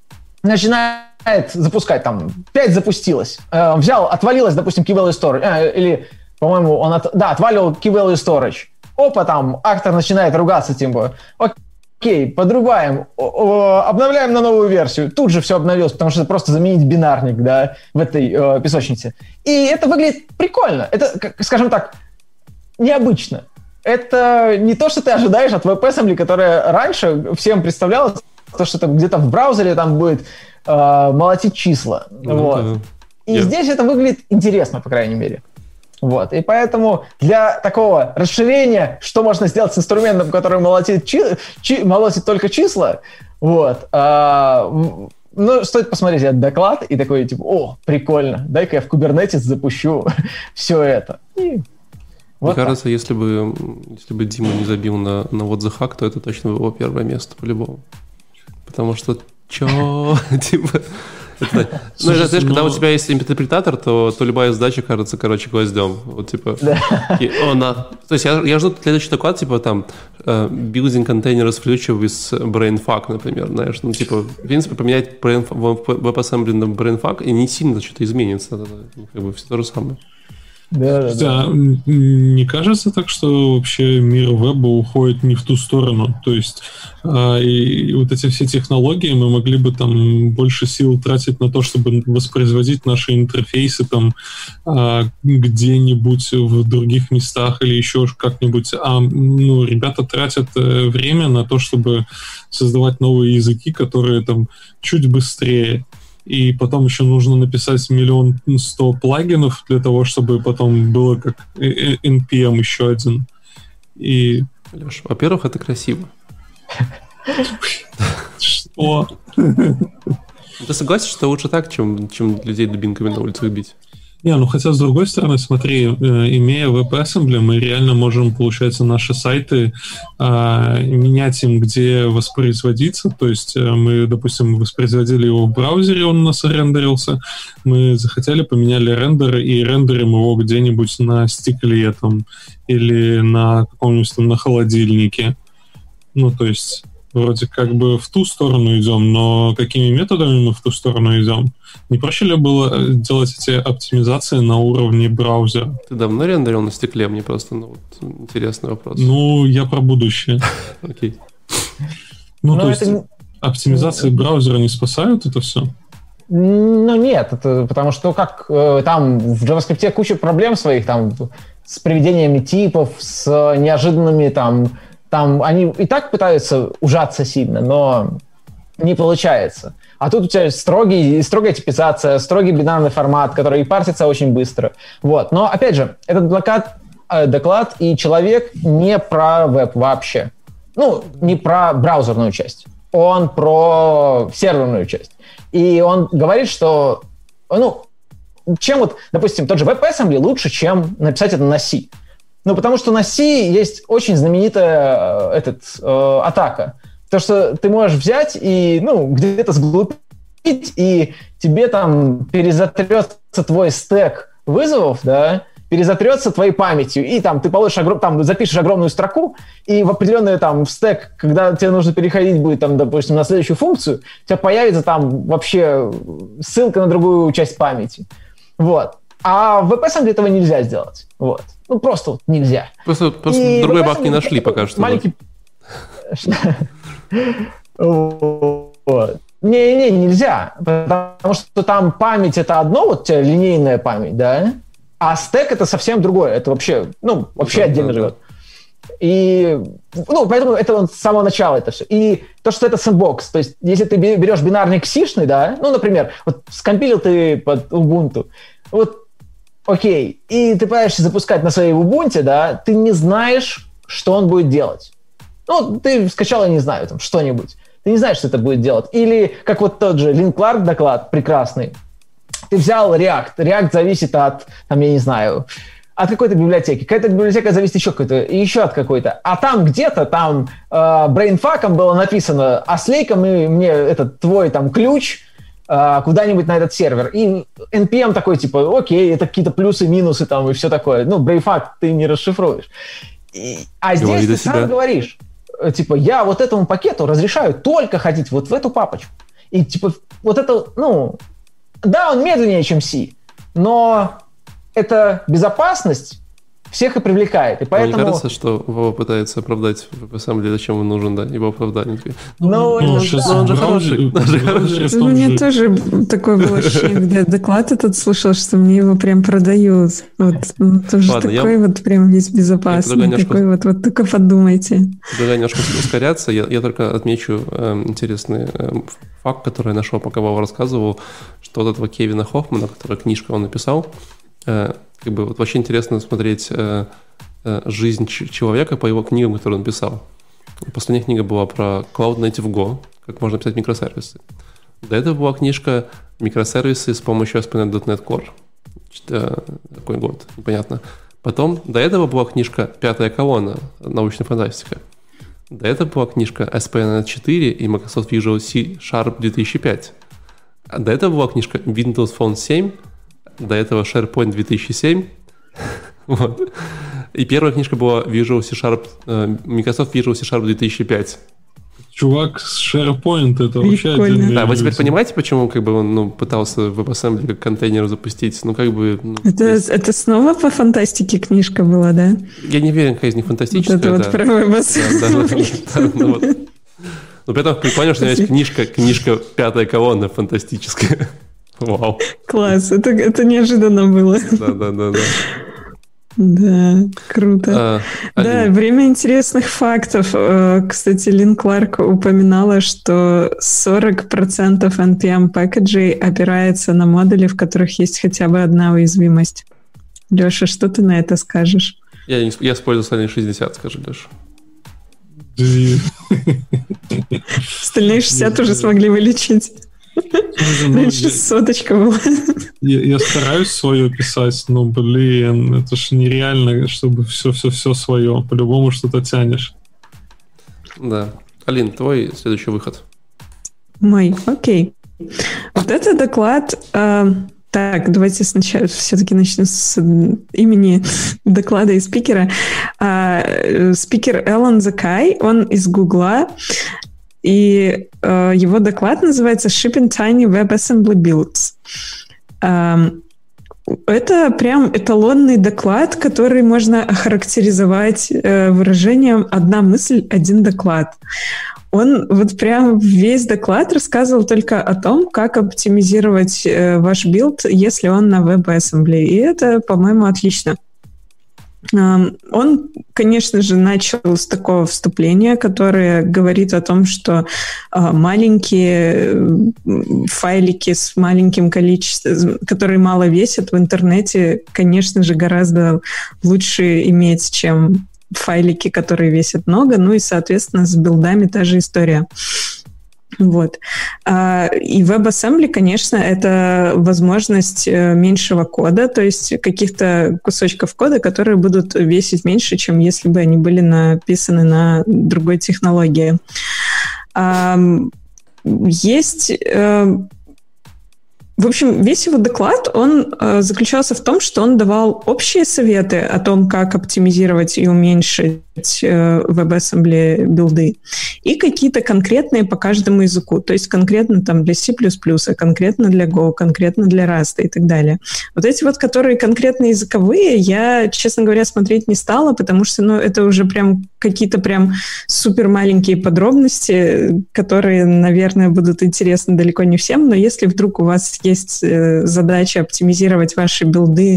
начинает запускать, там, пять запустилось. Э, взял, отвалилось, допустим, key value storage, э, или, по-моему, он, от, да, отвалил key value storage. Опа, там, актор начинает ругаться, типа, окей, подрубаем, обновляем на новую версию. Тут же все обновилось, потому что это просто заменить бинарник, да, в этой э, песочнице. И это выглядит прикольно. Это, как, скажем так, необычно. Это не то, что ты ожидаешь от WebAssembly, которая раньше всем представлялась, то, что там где-то в браузере там будет э, молотить числа. Mm-hmm. Вот. И yeah. здесь это выглядит интересно, по крайней мере. Вот. И поэтому для такого расширения, что можно сделать с инструментом, который молотит, чи- чи- молотит только числа, вот, а, ну, стоит посмотреть этот доклад и такой, типа, о, прикольно, дай-ка я в Kubernetes запущу все это. И вот Мне так. кажется, если бы, если бы Дима не забил на, на What the Hack, то это точно его первое место по-любому. Потому что, чё, типа... Это, ну, это, знаешь, когда у тебя есть интерпретатор, то, то любая задача кажется, короче, гвоздем. Вот, типа, да. и, о, на. То есть я, я жду следующий доклад, типа, там, uh, building containers future with brainfuck, например, знаешь, ну, типа, в принципе, поменять brain, WebAssembly на brainfuck, и не сильно что-то изменится, это, как бы все то же самое. Да, да, да. Не кажется так, что вообще мир веба уходит не в ту сторону? То есть а, и, и вот эти все технологии мы могли бы там больше сил тратить на то, чтобы воспроизводить наши интерфейсы там а, где-нибудь в других местах или еще как-нибудь. А ну, ребята тратят время на то, чтобы создавать новые языки, которые там чуть быстрее. И потом еще нужно написать миллион сто плагинов для того, чтобы потом было как эн пи эм еще один. И... Леш, во-первых, это красиво. Что? Ты согласен, что лучше так, чем, чем людей дубинками на улицах бить? Не, ну хотя, с другой стороны, смотри, имея WebAssembly, мы реально можем, получается, наши сайты а, менять им, где воспроизводиться. То есть мы, допустим, воспроизводили его в браузере, он у нас рендерился. Мы захотели, поменяли рендер, и рендерим его где-нибудь на стекле там, или на каком-нибудь там на холодильнике. Ну, то есть... Вроде как бы в ту сторону идем, но какими методами мы в ту сторону идем? Не проще ли было делать эти оптимизации на уровне браузера? Ты давно рендерил на стекле? Мне просто ну, вот, интересный вопрос. Ну, я про будущее. Окей. Ну, то есть оптимизации браузера не спасают это все? Ну, нет, это потому что как там в JavaScript куча проблем своих, там с приведениями типов, с неожиданными там... Там они и так пытаются ужаться сильно, но не получается. А тут у тебя строгий, строгая типизация, строгий бинарный формат, который и партится очень быстро. Вот. Но, опять же, этот доклад, э, доклад и человек не про веб вообще. Ну, не про браузерную часть. Он про серверную часть. И он говорит, что... Ну, чем вот, допустим, тот же WebAssembly лучше, чем написать это на C. Ну, потому что на C есть очень знаменитая э, этот, э, атака. То, что ты можешь взять и, ну, где-то сглупить, и тебе там перезатрется твой стэк вызовов, да, перезатрется твоей памятью, и там ты положишь огром... там запишешь огромную строку, и в определенный там в стэк, когда тебе нужно переходить будет, там, допустим, на следующую функцию, у тебя появится там вообще ссылка на другую часть памяти. Вот. А в WebAssembly этого нельзя сделать. Вот. Ну, просто вот нельзя. Просто, просто другой баг не нашли пока что. Маленький... Вот. Не-не, нельзя, потому что там память — это одно, вот у тебя линейная память, да, а стэк — это совсем другое, это вообще, ну, вообще да, отдельно да, живет. Да. И, ну, поэтому это вот с самого начала это все. И то, что это сэндбокс, то есть если ты берешь бинарник сишный, да, ну, например, вот скомпилил ты под Ubuntu, вот, окей, и ты пытаешься запускать на своей Ubuntu, да, ты не знаешь, что он будет делать. Ну, ты скачал, я не знаю, там, что-нибудь. Ты не знаешь, что это будет делать. Или, как вот тот же Лин Кларк доклад прекрасный. Ты взял React. React зависит от, там, я не знаю, от какой-то библиотеки. Какая-то библиотека зависит еще какой-то, и еще от какой-то. А там где-то, там, э, брейнфаком было написано, а слейка мы, мне этот твой там ключ э, куда-нибудь на этот сервер. И эн пи эм такой, типа, окей, это какие-то плюсы, минусы там и все такое. Ну, брейнфак ты не расшифруешь. И, а здесь Говори ты сам себя. говоришь, типа, я вот этому пакету разрешаю только ходить вот в эту папочку. И, типа, вот это, ну, да, он медленнее, чем C, но эта безопасность всех и привлекает. И поэтому... Мне кажется, что Вова пытается оправдать WebAssembly, зачем он нужен, да, его оправдание. Ну, ну, ну, он же хороший. У меня тоже такое было ощущение, когда я доклад этот слушал, что мне его прям продают. Вот, он тоже Ладно, такой я... вот прям весь безопасный. Немножко... Такой вот, вот только подумайте. Предлагаю немножко ускоряться. Я, я только отмечу э, интересный э, факт, который я нашел, пока Вова рассказывал, что от этого Кевина Хоффмана, который книжку он написал, э, как бы вот вообще интересно смотреть э, э, жизнь ч- человека по его книгам, которые он писал. Последняя книга была про Cloud Native Go, как можно писать микросервисы. До этого была книжка «Микросервисы с помощью эс пи точка нет точка нет Core». Э, какой год, непонятно. Потом, до этого была книжка «Пятая колонна. Научная фантастика». До этого была книжка эс пи точка нет четыре и Microsoft Visual C Sharp две тысячи пять. А до этого была книжка Windows Phone семь, до этого SharePoint две тысячи семь. Вот. И первая книжка была Visual C Sharp, Microsoft Visual C Sharp две тысячи пять. Чувак с SharePoint, это вообще отдельно. Да, вы теперь понимаете, почему как бы он ну, пытался WebAssembly как контейнер запустить? Ну, как бы... Ну, это, есть... это снова по фантастике книжка была, да? Я не уверен, какая из них фантастическая. Вот это да. вот про WebAssembly. Да, да, да, ну, вот. Но при этом прикольно, что у меня есть книжка, книжка «Пятая колонна» фантастическая. Вау. Класс, это, это неожиданно было. Да, да, да, да. Да, круто. А, да, один. Время интересных фактов. Кстати, Лин Кларк упоминала, что сорок процентов эн пи эм-пэкэджей опирается на модули, в которых есть хотя бы одна уязвимость. Леша, что ты на это скажешь? Я, не, я использую остальные шестьдесят, скажи, Леша. Остальные шестьдесят уже смогли вылечить. Раньше соточка была. Я, я стараюсь свое писать, но, блин, это ж нереально, чтобы все-все-все свое. По-любому что-то тянешь. Да. Алин, твой следующий выход. Мой, окей. Вот это доклад... Э, так, давайте сначала все-таки начну с имени доклада и спикера. Э, спикер Эллен Закай, он из Гугла. И э, его доклад называется «Shipping Tiny WebAssembly Builds». Э, это прям эталонный доклад, который можно охарактеризовать э, выражением «одна мысль, один доклад». Он вот прям весь доклад рассказывал только о том, как оптимизировать э, ваш билд, если он на WebAssembly. И это, по-моему, отлично. Он, конечно же, начал с такого вступления, которое говорит о том, что маленькие файлики с маленьким количеством, которые мало весят в интернете, конечно же, гораздо лучше иметь, чем файлики, которые весят много. Ну и, соответственно, с билдами та же история. Вот. И WebAssembly, конечно, это возможность меньшего кода, то есть каких-то кусочков кода, которые будут весить меньше, чем если бы они были написаны на другой технологии. Есть В общем, весь его доклад, он э, заключался в том, что он давал общие советы о том, как оптимизировать и уменьшить э, WebAssembly билды, и какие-то конкретные по каждому языку, то есть конкретно там для C++, конкретно для Go, конкретно для Rust и так далее. Вот эти вот, которые конкретно языковые, я, честно говоря, смотреть не стала, потому что, ну, это уже прям какие-то прям супер маленькие подробности, которые, наверное, будут интересны далеко не всем, но если вдруг у вас есть задача оптимизировать ваши билды,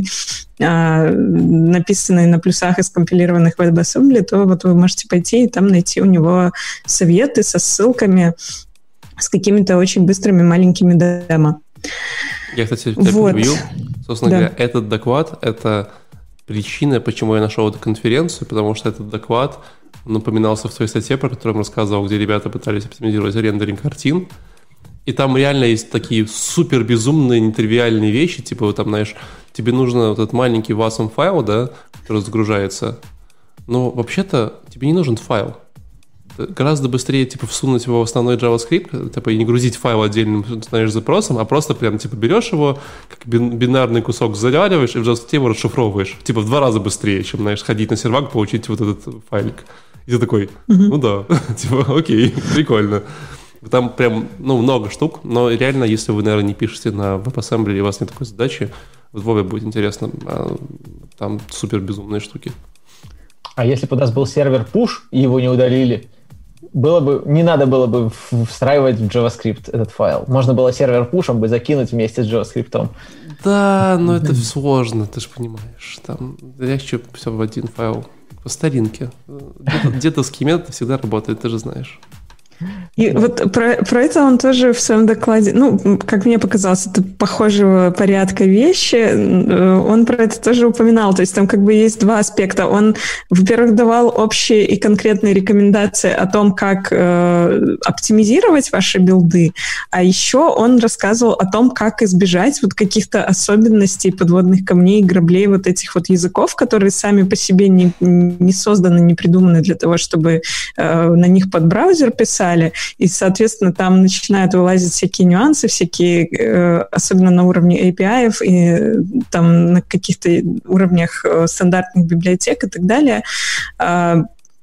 написанные на плюсах и скомпилированных в WebAssembly, то вот вы можете пойти и там найти у него советы со ссылками, с какими-то очень быстрыми маленькими демо. Я, кстати, тебя вот. перебью. Собственно да. говоря, этот доклад — это причина, почему я нашел эту конференцию, потому что этот доклад напоминался в той статье, про которую я рассказывал, где ребята пытались оптимизировать рендеринг картин. И там реально есть такие супер безумные, нетривиальные вещи, типа вот там, знаешь, тебе нужно вот этот маленький васм файл, да, который загружается, но вообще-то тебе не нужен файл. Гораздо быстрее, типа, всунуть его в основной JavaScript, типа, и не грузить файл отдельным, знаешь, запросом, а просто прям, типа, берешь его, как бинарный кусок завариваешь и в JavaScript его расшифровываешь. Типа, в два раза быстрее, чем, знаешь, ходить на сервак, получить вот этот файлик. И ты такой, ну да, типа, окей, прикольно. Там прям, ну, много штук, но реально, если вы, наверное, не пишете на WebAssembly и у вас нет такой задачи, в Вове будет интересно, а там супер безумные штуки. А если бы у нас был сервер push, и его не удалили, было бы, не надо было бы встраивать в JavaScript этот файл. Можно было сервер пушем бы закинуть вместе с JavaScript. Да, но это сложно, ты же понимаешь. Там легче все в один файл. По старинке. Детовский метод всегда работает, ты же знаешь. И да. вот про, про это он тоже в своем докладе, ну, как мне показалось, это похожего порядка вещи, он про это тоже упоминал, то есть там как бы есть два аспекта. Он, во-первых, давал общие и конкретные рекомендации о том, как э, оптимизировать ваши билды, а еще он рассказывал о том, как избежать вот каких-то особенностей, подводных камней, граблей вот этих вот языков, которые сами по себе не, не созданы, не придуманы для того, чтобы э, на них под браузер писать. И, соответственно, там начинают вылазить всякие нюансы, всякие, э, особенно на уровне эй пи ай-ов и там на каких-то уровнях стандартных библиотек и так далее. Э,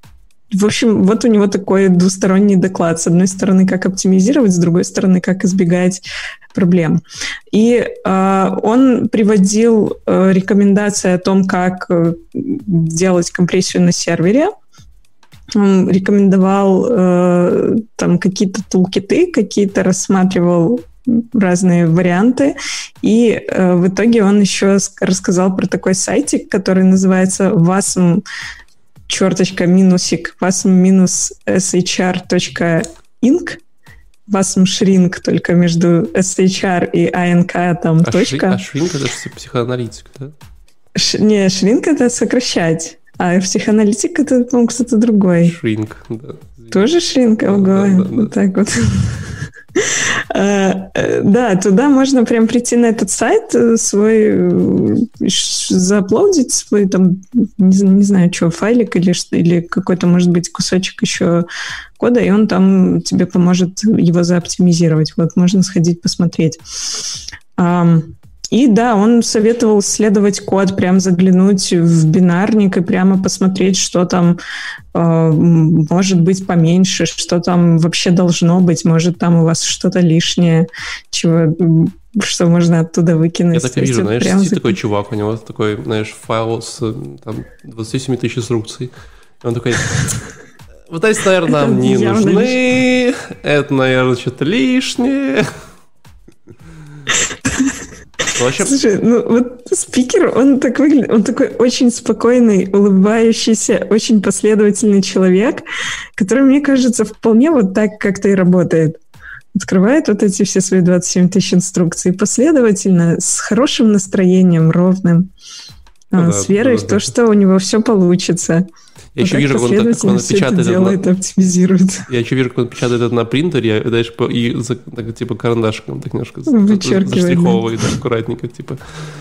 в общем, вот у него такой двусторонний доклад. С одной стороны, как оптимизировать, с другой стороны, как избегать проблем. И э, он приводил э, рекомендации о том, как э, делать компрессию на сервере. Он рекомендовал э, там какие-то тулкиты, какие-то рассматривал разные варианты, и э, в итоге он еще рассказал про такой сайтик, который называется wasm черточка минусик wasm минус shr.inc wasm shrink, только между shr и ink там а точка. Шри, а shrink это же психоаналитик, да? Ш, не, shrink это сокращать. А психоаналитик это, по-моему, кто-то другой. Шринк, да. Тоже шринк? Ого, да, да, да, вот да. так вот. Да, туда можно прям прийти на этот сайт свой, зааплодить свой там, не знаю, что, файлик или, или какой-то, может быть, кусочек еще кода, и он там тебе поможет его заоптимизировать. Вот, можно сходить посмотреть. И да, он советовал исследовать код, прям заглянуть в бинарник и прямо посмотреть, что там э, может быть поменьше, что там вообще должно быть, может там у вас что-то лишнее, чего, что можно оттуда выкинуть. Я так и вижу, знаешь, сидит за... такой чувак, у него такой, знаешь, файл с там, двадцать семь тысяч инструкций, и он такой... Вот эти, наверное, нам не нужны, это, наверное, что-то лишнее... Вообще... Слушай, ну вот спикер, он так выглядит, он такой очень спокойный, улыбающийся, очень последовательный человек, который, мне кажется, вполне вот так как-то и работает. Открывает вот эти все свои двадцать семь тысяч инструкций последовательно, с хорошим настроением, ровным, ну, с да, верой да, в то, да. что у него все получится. Я вот еще вижу, как он, как он печатает делает, на... оптимизирует. Я еще вижу, как он печатает это на принтере, и дальше по... и так, типа карандашиком так немножко заштриховывает да. аккуратненько, типа.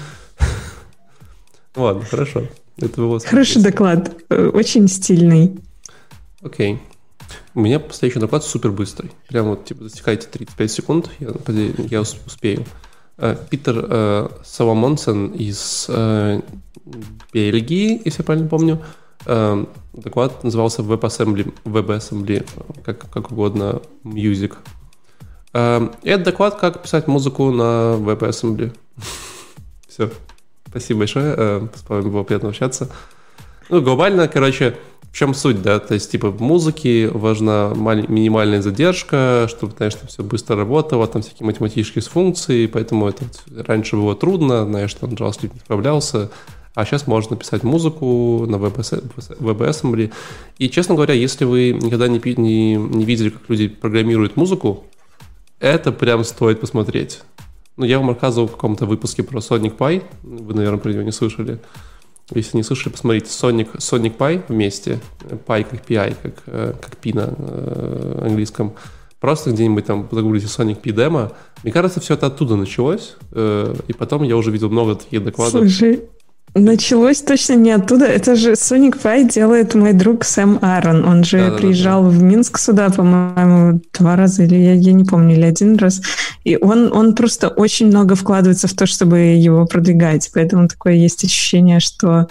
Ладно, хорошо. Это было Хороший доклад, очень стильный. Окей. У меня следующий доклад супер быстрый. Прям вот, типа, засекайте тридцать пять секунд, я, я успею. Питер Соломонсен из Бельгии, если я правильно помню. Доклад назывался WebAssembly, WebAssembly, как, как угодно, Music. И это доклад, как писать музыку на WebAssembly. Все. Спасибо большое. С вами было приятно общаться. Ну, глобально, короче, в чем суть, да? То есть, типа, в музыке важна маль- минимальная задержка, чтобы, знаешь, все быстро работало, там всякие математические функции, поэтому это раньше было трудно, знаешь, там JavaScript не справлялся, а сейчас можно писать музыку на WebAssembly. И, честно говоря, если вы никогда не, не, не видели, как люди программируют музыку, это прям стоит посмотреть. Ну, я вам рассказывал в каком-то выпуске про Sonic Pi, вы, наверное, про него не слышали. Если не слышали, посмотрите Sonic, Sonic Pi вместе, Pi как пи ай, как, как Pi на э, английском. Просто где-нибудь там загуглите Sonic Pi демо. Мне кажется, все это оттуда началось, э, и потом я уже видел много таких докладов. Слушай, началось точно не оттуда. Это же Sonic Pi делает мой друг Сэм Аарон. Он же да, приезжал да, да. в Минск сюда, по-моему, два раза, или я, я не помню, или один раз. И он, он просто очень много вкладывается в то, чтобы его продвигать. Поэтому такое есть ощущение, что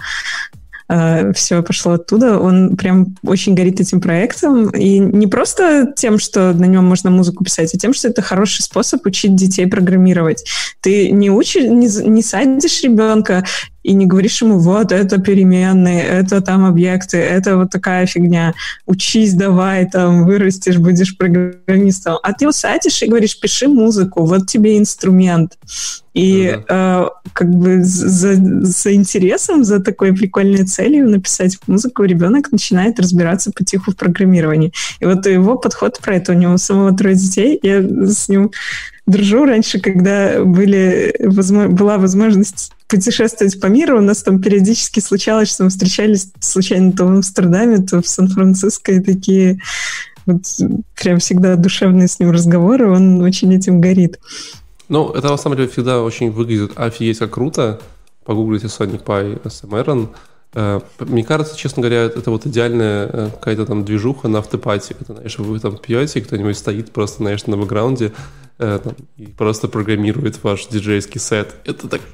э, все пошло оттуда. Он прям очень горит этим проектом. И не просто тем, что на нем можно музыку писать, а тем, что это хороший способ учить детей программировать. Ты не учишь, не, не садишь ребенка и не говоришь ему, вот, это переменные, это там объекты, это вот такая фигня. Учись давай, там, вырастешь, будешь программистом. А ты его садишь и говоришь, пиши музыку, вот тебе инструмент. И uh-huh. э, как бы за, за интересом, за такой прикольной целью написать музыку ребенок начинает разбираться потиху в программировании. И вот его подход про это, у него самого трое детей, я с ним дружу. Раньше, когда были, возможно, была возможность путешествовать по миру, у нас там периодически случалось, что мы встречались случайно то в Амстердаме, то в Сан-Франциско, и такие вот прям всегда душевные с ним разговоры, он очень этим горит. Ну, это на самом деле всегда очень выглядит офигеть как круто. Погуглите Sonic Pi Сэм Аарон. Мне кажется, честно говоря, это вот идеальная какая-то там движуха на автопате. Это, знаешь, вы там пьете, кто-нибудь стоит просто, знаешь, на бэкграунде там, и просто программирует ваш диджейский сет. Это так...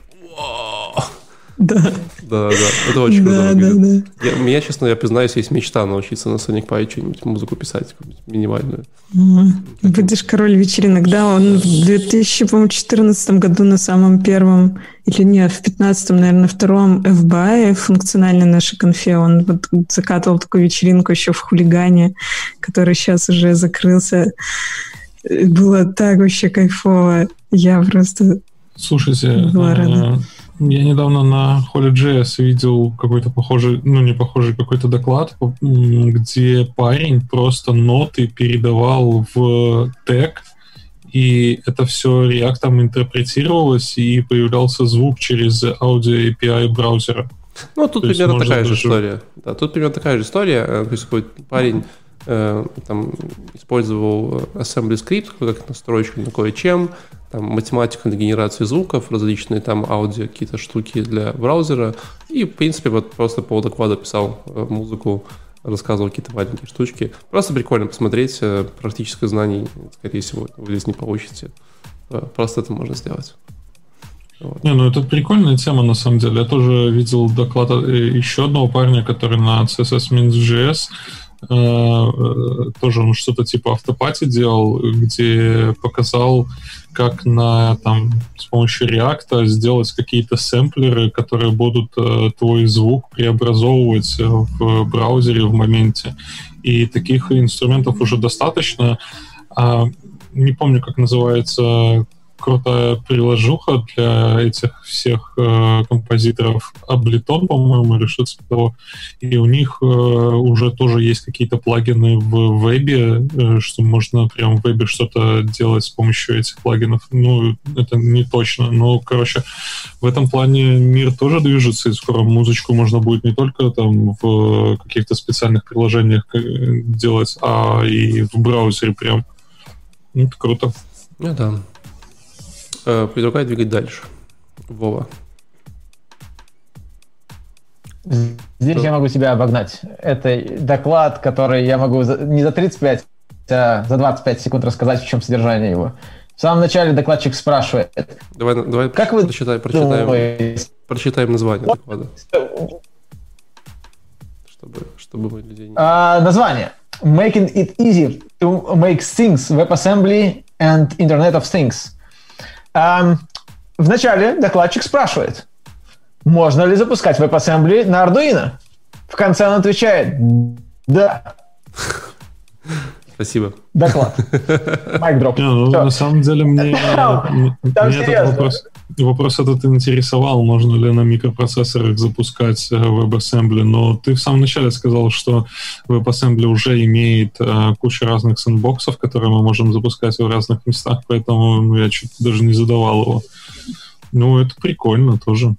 Да. Да, да, это очень круто да, выглядит. Да, да. Я, у меня, честно, я признаюсь, есть мечта научиться на Sonic Pi что-нибудь, музыку писать, какую-нибудь минимальную. Mm-hmm. Будешь король вечеринок. Да, он в две тысячи четырнадцатом году на самом первом, или нет, в пятнадцатом, наверное, втором эф би ай, функциональной нашей конфе, он вот закатывал такую вечеринку еще в Хулигане, который сейчас уже закрылся. Было так вообще кайфово. Я просто... Слушайте, была рада. Я недавно на Holy.js видел какой-то похожий, ну не похожий, какой-то доклад, где парень просто ноты передавал в тег, и это все реактом интерпретировалось, и появлялся звук через аудио эй пи ай браузера. Ну, тут То примерно такая же история. Да, тут примерно такая же история. То есть парень э, там использовал assembly скрипт, как настройку на кое-чем, там математика для генерации звуков, различные там аудио, какие-то штуки для браузера. И, в принципе, вот просто по докладу писал музыку, рассказывал какие-то маленькие штучки. Просто прикольно посмотреть. Практических знаний, скорее всего, вы здесь не получите. Просто это можно сделать. Вот. Не, ну это прикольная тема, на самом деле. Я тоже видел доклад еще одного парня, который на си эс эс-Minsk.js тоже он что-то типа автопати делал, где показал, как на, там, с помощью React сделать какие-то сэмплеры, которые будут э, твой звук преобразовывать в браузере в моменте. И таких инструментов уже достаточно. А, не помню, как называется крутая приложуха для этих всех э, композиторов, Ableton, по-моему, или что-то типа того. И у них э, уже тоже есть какие-то плагины в вебе, э, что можно прям в вебе что-то делать с помощью этих плагинов. Ну, это не точно, но, короче, в этом плане мир тоже движется, и скоро музычку можно будет не только там в каких-то специальных приложениях делать, а и в браузере прям. Ну, это круто. Ну да. Предлагаю двигать дальше. Вова. Здесь Что? Я могу тебя обогнать. Это доклад, который я могу за, не за тридцать пять, а за двадцать пять секунд рассказать, в чем содержание его. В самом начале докладчик спрашивает. Давай, давай как вы прочитай, прочитаем, прочитаем название доклада. Чтобы, чтобы мы людей не... А, название. Making it easy to make things, WebAssembly and Internet of Things. А, в начале докладчик спрашивает, можно ли запускать WebAssembly на Arduino? В конце он отвечает, да. Спасибо. Доклад. Майк дроп. Ну, на самом деле мне, меня этот вопрос, вопрос этот интересовал, можно ли на микропроцессорах запускать WebAssembly, но ты в самом начале сказал, что WebAssembly уже имеет а, кучу разных сэндбоксов, которые мы можем запускать в разных местах, поэтому ну, я чуть даже не задавал его. Ну, это прикольно тоже.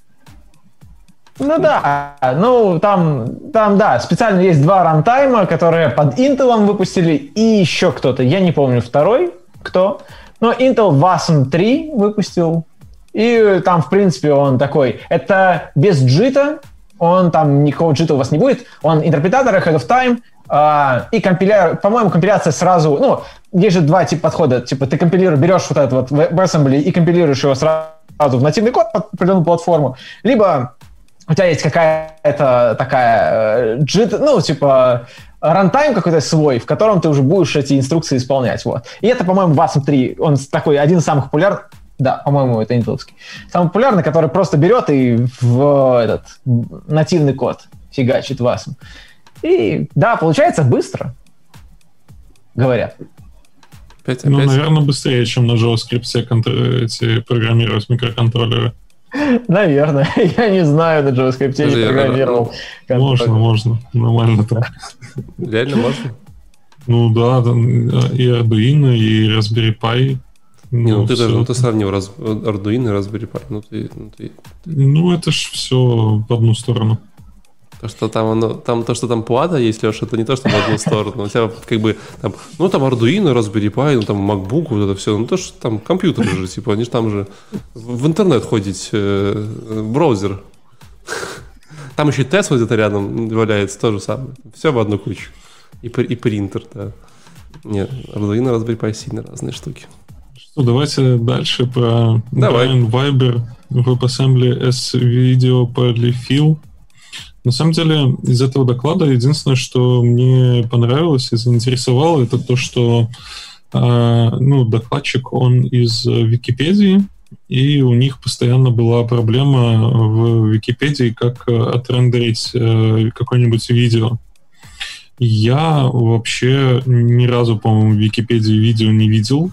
Ну да, ну там, там, да, специально есть два рантайма, которые под Intel выпустили, и еще кто-то, я не помню второй, кто, но Intel Wasm три выпустил, и там, в принципе, он такой, это без джита, он там, никакого джита у вас не будет, он интерпретатор ahead of time, а, и компиляция, по-моему, компиляция сразу, ну, есть же два типа подхода, типа ты компилируешь, берешь вот этот вот WebAssembly и компилируешь его сразу в нативный код под определенную платформу, либо у тебя есть какая-то такая джит, ну, типа, рантайм какой-то свой, в котором ты уже будешь эти инструкции исполнять, вот. И это, по-моему, Wasm три, он такой один из самых популярных, да, по-моему, это интеловский, самый популярный, который просто берет и в этот нативный код фигачит Wasm. И, да, получается быстро, говорят. опять, ну, опять. наверное, быстрее, чем на JavaScript все контр... эти программировать микроконтроллеры. Наверное. Я не знаю, на JavaScript Подожди, не программировал. Можно, можно. Нормально так. Реально можно? Ну да, там и Arduino, и Raspberry Pi. Не, ну, ну ты все. даже ну, ты сравнил раз, Arduino и Raspberry Pi. Ну, ты, ну, ты... ну это ж все в одну сторону. То, что там, оно, там, то, что там плата есть, Леша, это не то, что в одну сторону. У тебя как бы там, ну там Arduino, Raspberry Pi, ну там MacBook, вот это все. Ну то, что там компьютеры же, типа, они же там же в интернет ходить, э, браузер. Там еще и Tesla где-то рядом валяется, то же самое. Все в одну кучу. И, и принтер, да. Нет, Arduino, Raspberry Pi сильно разные штуки. Что, давайте дальше про Давай. Brian Viber, WebAssembly as Video Polyfill. На самом деле, из этого доклада единственное, что мне понравилось и заинтересовало, это то, что э, ну, докладчик, он из Википедии, и у них постоянно была проблема в Википедии, как отрендерить э, какое-нибудь видео. Я вообще ни разу, по-моему, в Википедии видео не видел,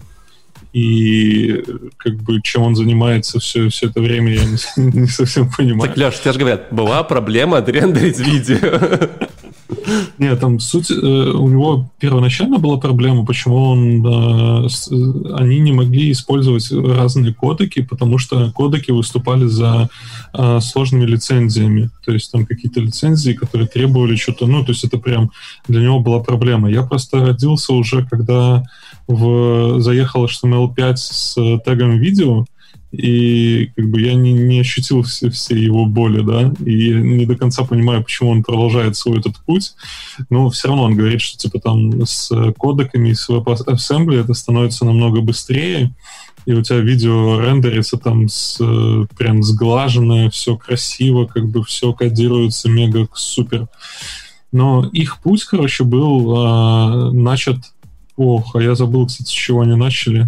и как бы чем он занимается все, все это время, я не, не совсем понимаю. Так, Леш, тебе же говорят, была проблема отрендерить видео. Нет, там суть, э, у него первоначально была проблема, почему он, э, с, они не могли использовать разные кодеки, потому что кодеки выступали за э, сложными лицензиями, то есть там какие-то лицензии, которые требовали что-то, ну, то есть это прям для него была проблема. Я просто родился уже, когда в, заехал эйч ти эм эл пять с тегом видео, и как бы я не, не ощутил все, все его боли, да, и не до конца понимаю, почему он продолжает свой этот путь, но все равно он говорит, что типа там с кодеками, с WebAssembly это становится намного быстрее, и у тебя видео рендерится там с, прям сглаженное, все красиво, как бы все кодируется мега супер. Но их путь, короче, был а, начат... Ох, а я забыл, кстати, с чего они начали.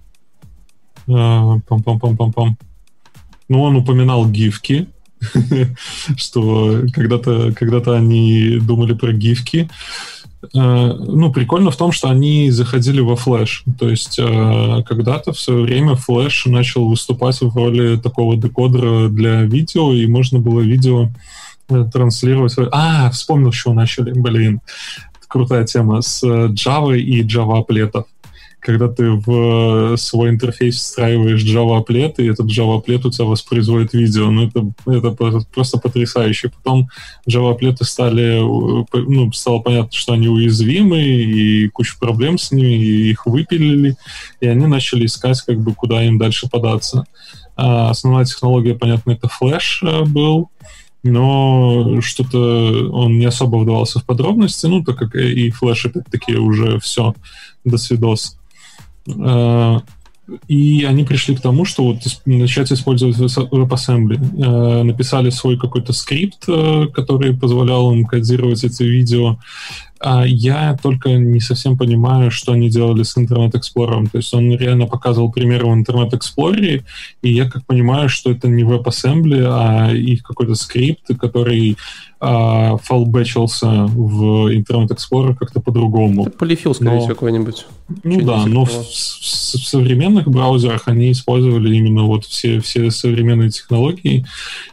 Пам-пам-пам-пам-пам. Ну, он упоминал гифки, что когда-то, когда-то они думали про гифки. Ну, прикольно в том, что они заходили во флэш. То есть когда-то в свое время флэш начал выступать в роли такого декодера для видео, и можно было видео транслировать. А, вспомнил, с чего начали. Блин, крутая тема. С Java и Java-аплетов. Когда ты в свой интерфейс встраиваешь Java-аплет, и этот Java-аплет у тебя воспроизводит видео. Ну, это, это просто потрясающе. Потом Java-аплеты стали... Ну, стало понятно, что они уязвимы, и куча проблем с ними, и их выпилили, и они начали искать, как бы, куда им дальше податься. А основная технология, понятно, это Flash был, но что-то он не особо вдавался в подробности, ну, так как и Flash, опять-таки, уже все, до свидос. И они пришли к тому, что вот начать использовать WebAssembly. Написали свой какой-то скрипт, который позволял им кодировать эти видео. Я только не совсем понимаю, что они делали с Internet Explorer. То есть он реально показывал примеры в Internet Explorer, и я как понимаю, что это не WebAssembly, а их какой-то скрипт, который а, фалбэчился в Internet Explorer как-то по-другому. Это полифил, скорее всего, какой-нибудь. Ну да, но в, в, в современных браузерах они использовали именно вот все, все современные технологии.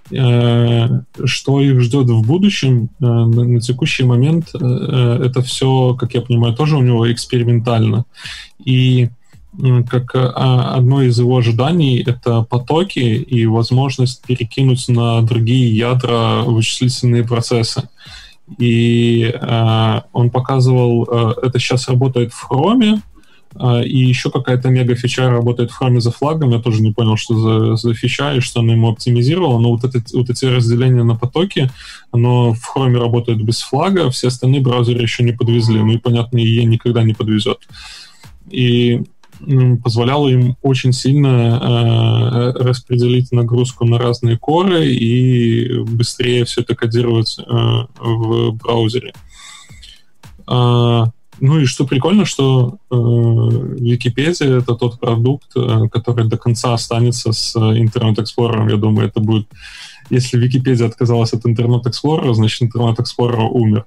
Что их ждет в будущем, на, на текущий момент это все, как я понимаю, тоже у него экспериментально. И как одно из его ожиданий — это потоки и возможность перекинуть на другие ядра вычислительные процессы. И э, он показывал, э, это сейчас работает в Chrome, э, и еще какая-то мега-фича работает в Chrome за флагом. Я тоже не понял, что за, за фича и что она ему оптимизировала, но вот, это, вот эти разделения на потоки, оно в Chrome работает без флага, все остальные браузеры еще не подвезли. Ну и, понятно, и и никогда не подвезет. И позволяло им очень сильно э, распределить нагрузку на разные коры и быстрее все это кодировать э, в браузере. А, ну и что прикольно, что э, Википедия — это тот продукт, э, который до конца останется с Internet Explorer. Я думаю, это будет... Если Википедия отказалась от Internet Explorer, значит, Internet Explorer умер.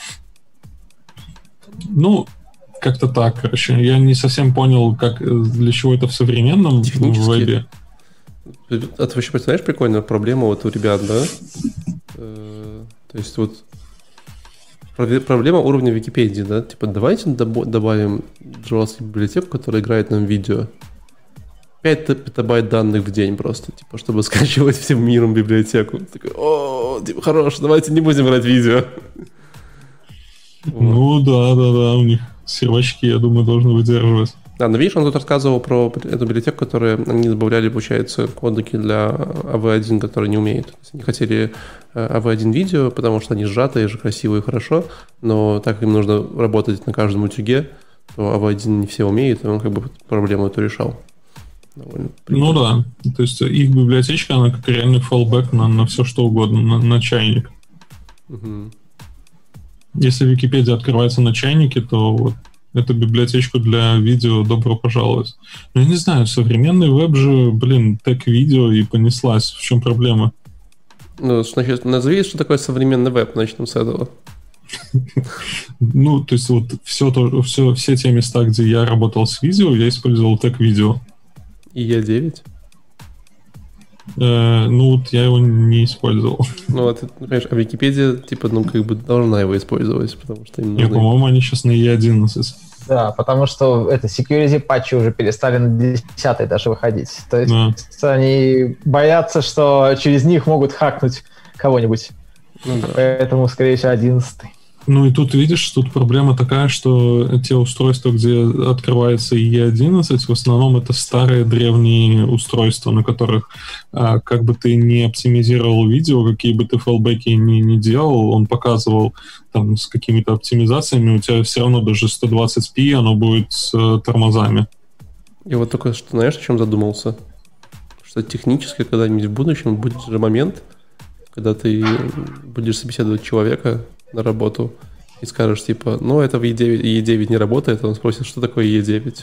Ну, как-то так, короче. Я не совсем понял, как, для чего это в современном вебе. А ты вообще представляешь прикольную проблему вот у ребят, да? То есть вот проблема уровня Википедии, да? Типа давайте добавим JavaScript библиотеку, которая играет нам видео. пять петабайт данных в день просто, типа, чтобы скачивать всем миром библиотеку. Такой, о, типа, хорош, давайте не будем играть видео. Ну да, да, да, у них сервачки, я думаю, должны выдерживать. Да, но видишь, он тут рассказывал про эту библиотеку, которую они добавляли, получается, кодеки для эй ви один, которые не умеют. Они хотели эй ви один видео, потому что они сжатые, же красивые и хорошо, но так как им нужно работать на каждом утюге, то эй ви один не все умеют, и он как бы проблему эту решал. Ну да, то есть их библиотечка, она как реальный fallback на, на все что угодно, на, на чайник. Угу. Если Википедия открывается на чайнике, то вот эту библиотечку для видео добро пожаловать. Но я не знаю, современный веб же, блин, тег-видео и понеслась. В чем проблема? Ну, значит, назови, что такое современный веб, начнем с этого. Ну, то есть вот все, то, все, все те места, где я работал с видео, я использовал тег-видео. И и девять? Э, ну, вот я его не использовал. Ну, вот, понимаешь, а Википедия, типа, ну, как бы должна его использовать, потому что им нужно... Не, по-моему, они сейчас на и одиннадцать. Да, потому что это security патчи уже перестали на десятый даже выходить. То есть да. Они боятся, что через них могут хакнуть кого-нибудь. Ну, да. Поэтому, скорее всего, одиннадцатый. Ну и тут, видишь, тут проблема такая, что те устройства, где открывается и и одиннадцать, в основном это старые древние устройства, на которых, а, как бы ты не оптимизировал видео, какие бы ты фallбэки не, не делал, он показывал там с какими-то оптимизациями, у тебя все равно даже сто двадцать пи оно будет с э, тормозами. И вот только что, знаешь, о чем задумался? Что технически когда-нибудь в будущем будет же момент, когда ты будешь собеседовать человека на работу и скажешь, типа, ну, это в и девять, и девять не работает, он спросит, что такое и девять?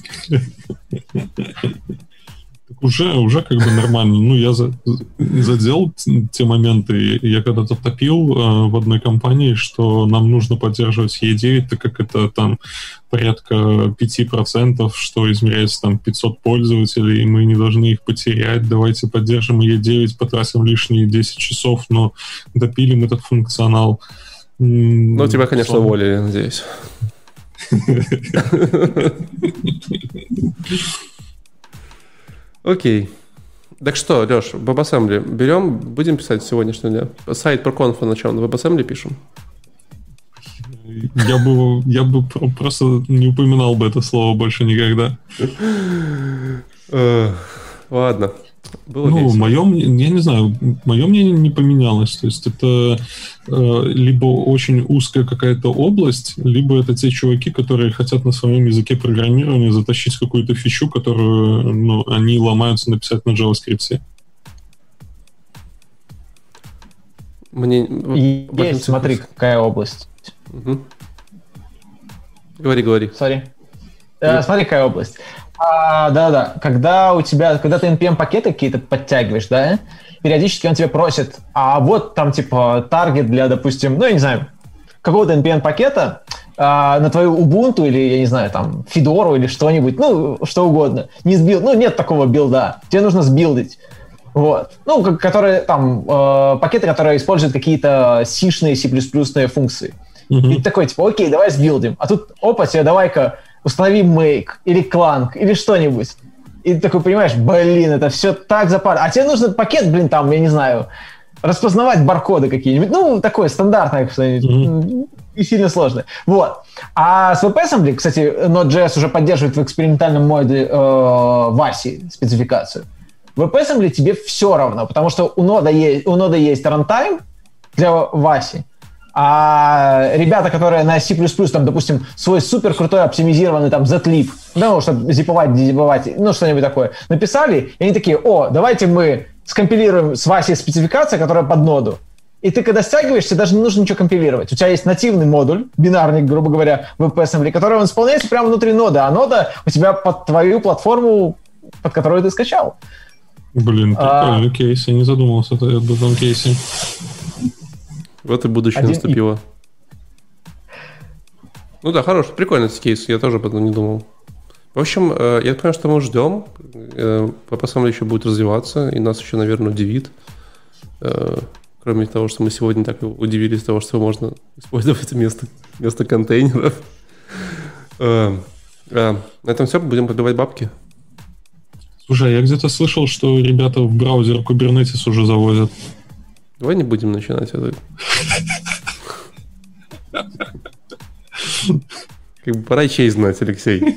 Уже, уже как бы нормально. Ну, я за, задел те моменты. Я когда-то топил э, в одной компании, что нам нужно поддерживать и девять, так как это там порядка пять процентов, что измеряется там пятьсот пользователей, и мы не должны их потерять. Давайте поддержим и девять, потратим лишние десять часов, но допилим этот функционал. Ну, тебя, конечно, уволили, я надеюсь. Окей. Так что, Леш, WebAssembly берем, будем писать сегодняшний день? Сайт ProConf на чем? На WebAssembly пишем? Я бы, я бы просто не упоминал бы это слово больше никогда. Ладно. Было ну, весело. Мое, я не знаю, мое мнение не поменялось. То есть это э, либо очень узкая какая-то область, либо это те чуваки, которые хотят на своем языке программирования затащить какую-то фичу, которую ну, они ломаются написать на JavaScript. Мне... И есть, смотри, какая область. Угу. Говори, говори. Sorry. Uh, смотри, какая область. А, да-да, когда у тебя, когда ты эн пи эм-пакеты какие-то подтягиваешь, да, периодически он тебя просит, а вот там, типа, таргет для, допустим, ну, я не знаю, какого-то эн пи эм-пакета а, на твою Ubuntu или, я не знаю, там, Fedora или что-нибудь, ну, что угодно. Не сбил, ну, нет такого билда, тебе нужно сбилдить. Вот. Ну, которые, там, э, пакеты, которые используют какие-то C-шные, C++-ные функции. Mm-hmm. И ты такой, типа, окей, давай сбилдим. А тут, опа, тебе давай-ка установи make или clang или что-нибудь. И ты такой понимаешь, блин, это все так запарно. А тебе нужен пакет, блин, там, я не знаю, распознавать баркоды какие-нибудь. Ну, такое стандартное, mm-hmm. и сильно сложное. Вот. А с WebAssembly, кстати, Node.js уже поддерживает в экспериментальном моде э, васи спецификацию. В WebAssembly тебе все равно, потому что у нода есть, у нода есть runtime для васи, а ребята, которые на C++, там, допустим, свой супер крутой оптимизированный там zlib, ну, чтобы зиповать, дезиповать, ну, что-нибудь такое, написали, и они такие, о, давайте мы скомпилируем с васи спецификация, которая под ноду. И ты, когда стягиваешь, тебе даже не нужно ничего компилировать. У тебя есть нативный модуль, бинарник, грубо говоря, в WebAssembly, который он исполняется прямо внутри нода, а нода у тебя под твою платформу, под которую ты скачал. Блин, прикольный а... кейс. Я не задумывался об этом кейсе. Вот и будущее Один... наступило. Ну да, хороший, прикольный кейс. Я тоже об этом не думал. В общем, я понимаю, что мы ждем. WebAssembly еще будет развиваться, и нас еще, наверное, удивит. Кроме того, что мы сегодня так удивились того, что можно использовать вместо, вместо контейнеров. На этом все. Будем подбивать бабки. Слушай, я где-то слышал, что ребята в браузер Kubernetes уже завозят. Давай не будем начинать это. Как бы пора чей знать, Алексей.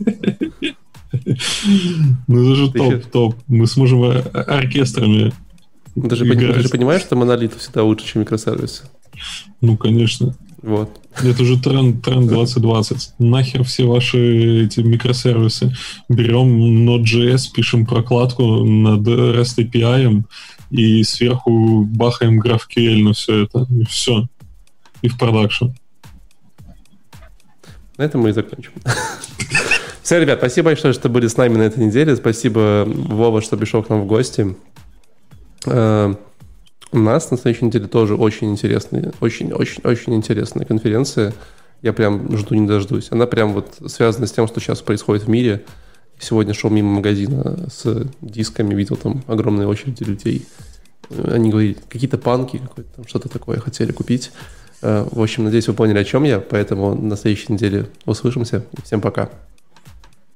Ну это же топ-топ. Мы сможем оркестрами Ты же понимаешь, что монолиты всегда лучше, чем микросервисы? Ну, конечно. Вот. Это уже тренд, тренд двадцать двадцать. Нахер все ваши эти микросервисы. Берем Node.js, пишем прокладку над REST эй пи ай и сверху бахаем GraphQL на все это. И все. И в продакшн. На этом мы и закончим. Все, ребят, спасибо большое, что были с нами на этой неделе. Спасибо, Вова, что пришел к нам в гости. У нас на следующей неделе тоже очень интересная, очень-очень-очень интересная конференция. Я прям жду не дождусь. Она прям вот связана с тем, что сейчас происходит в мире. Сегодня шел мимо магазина с дисками, видел там огромные очереди людей. Они говорили, какие-то панки, какое-то там что-то такое хотели купить. В общем, надеюсь, вы поняли, о чем я. Поэтому на следующей неделе услышимся. Всем пока.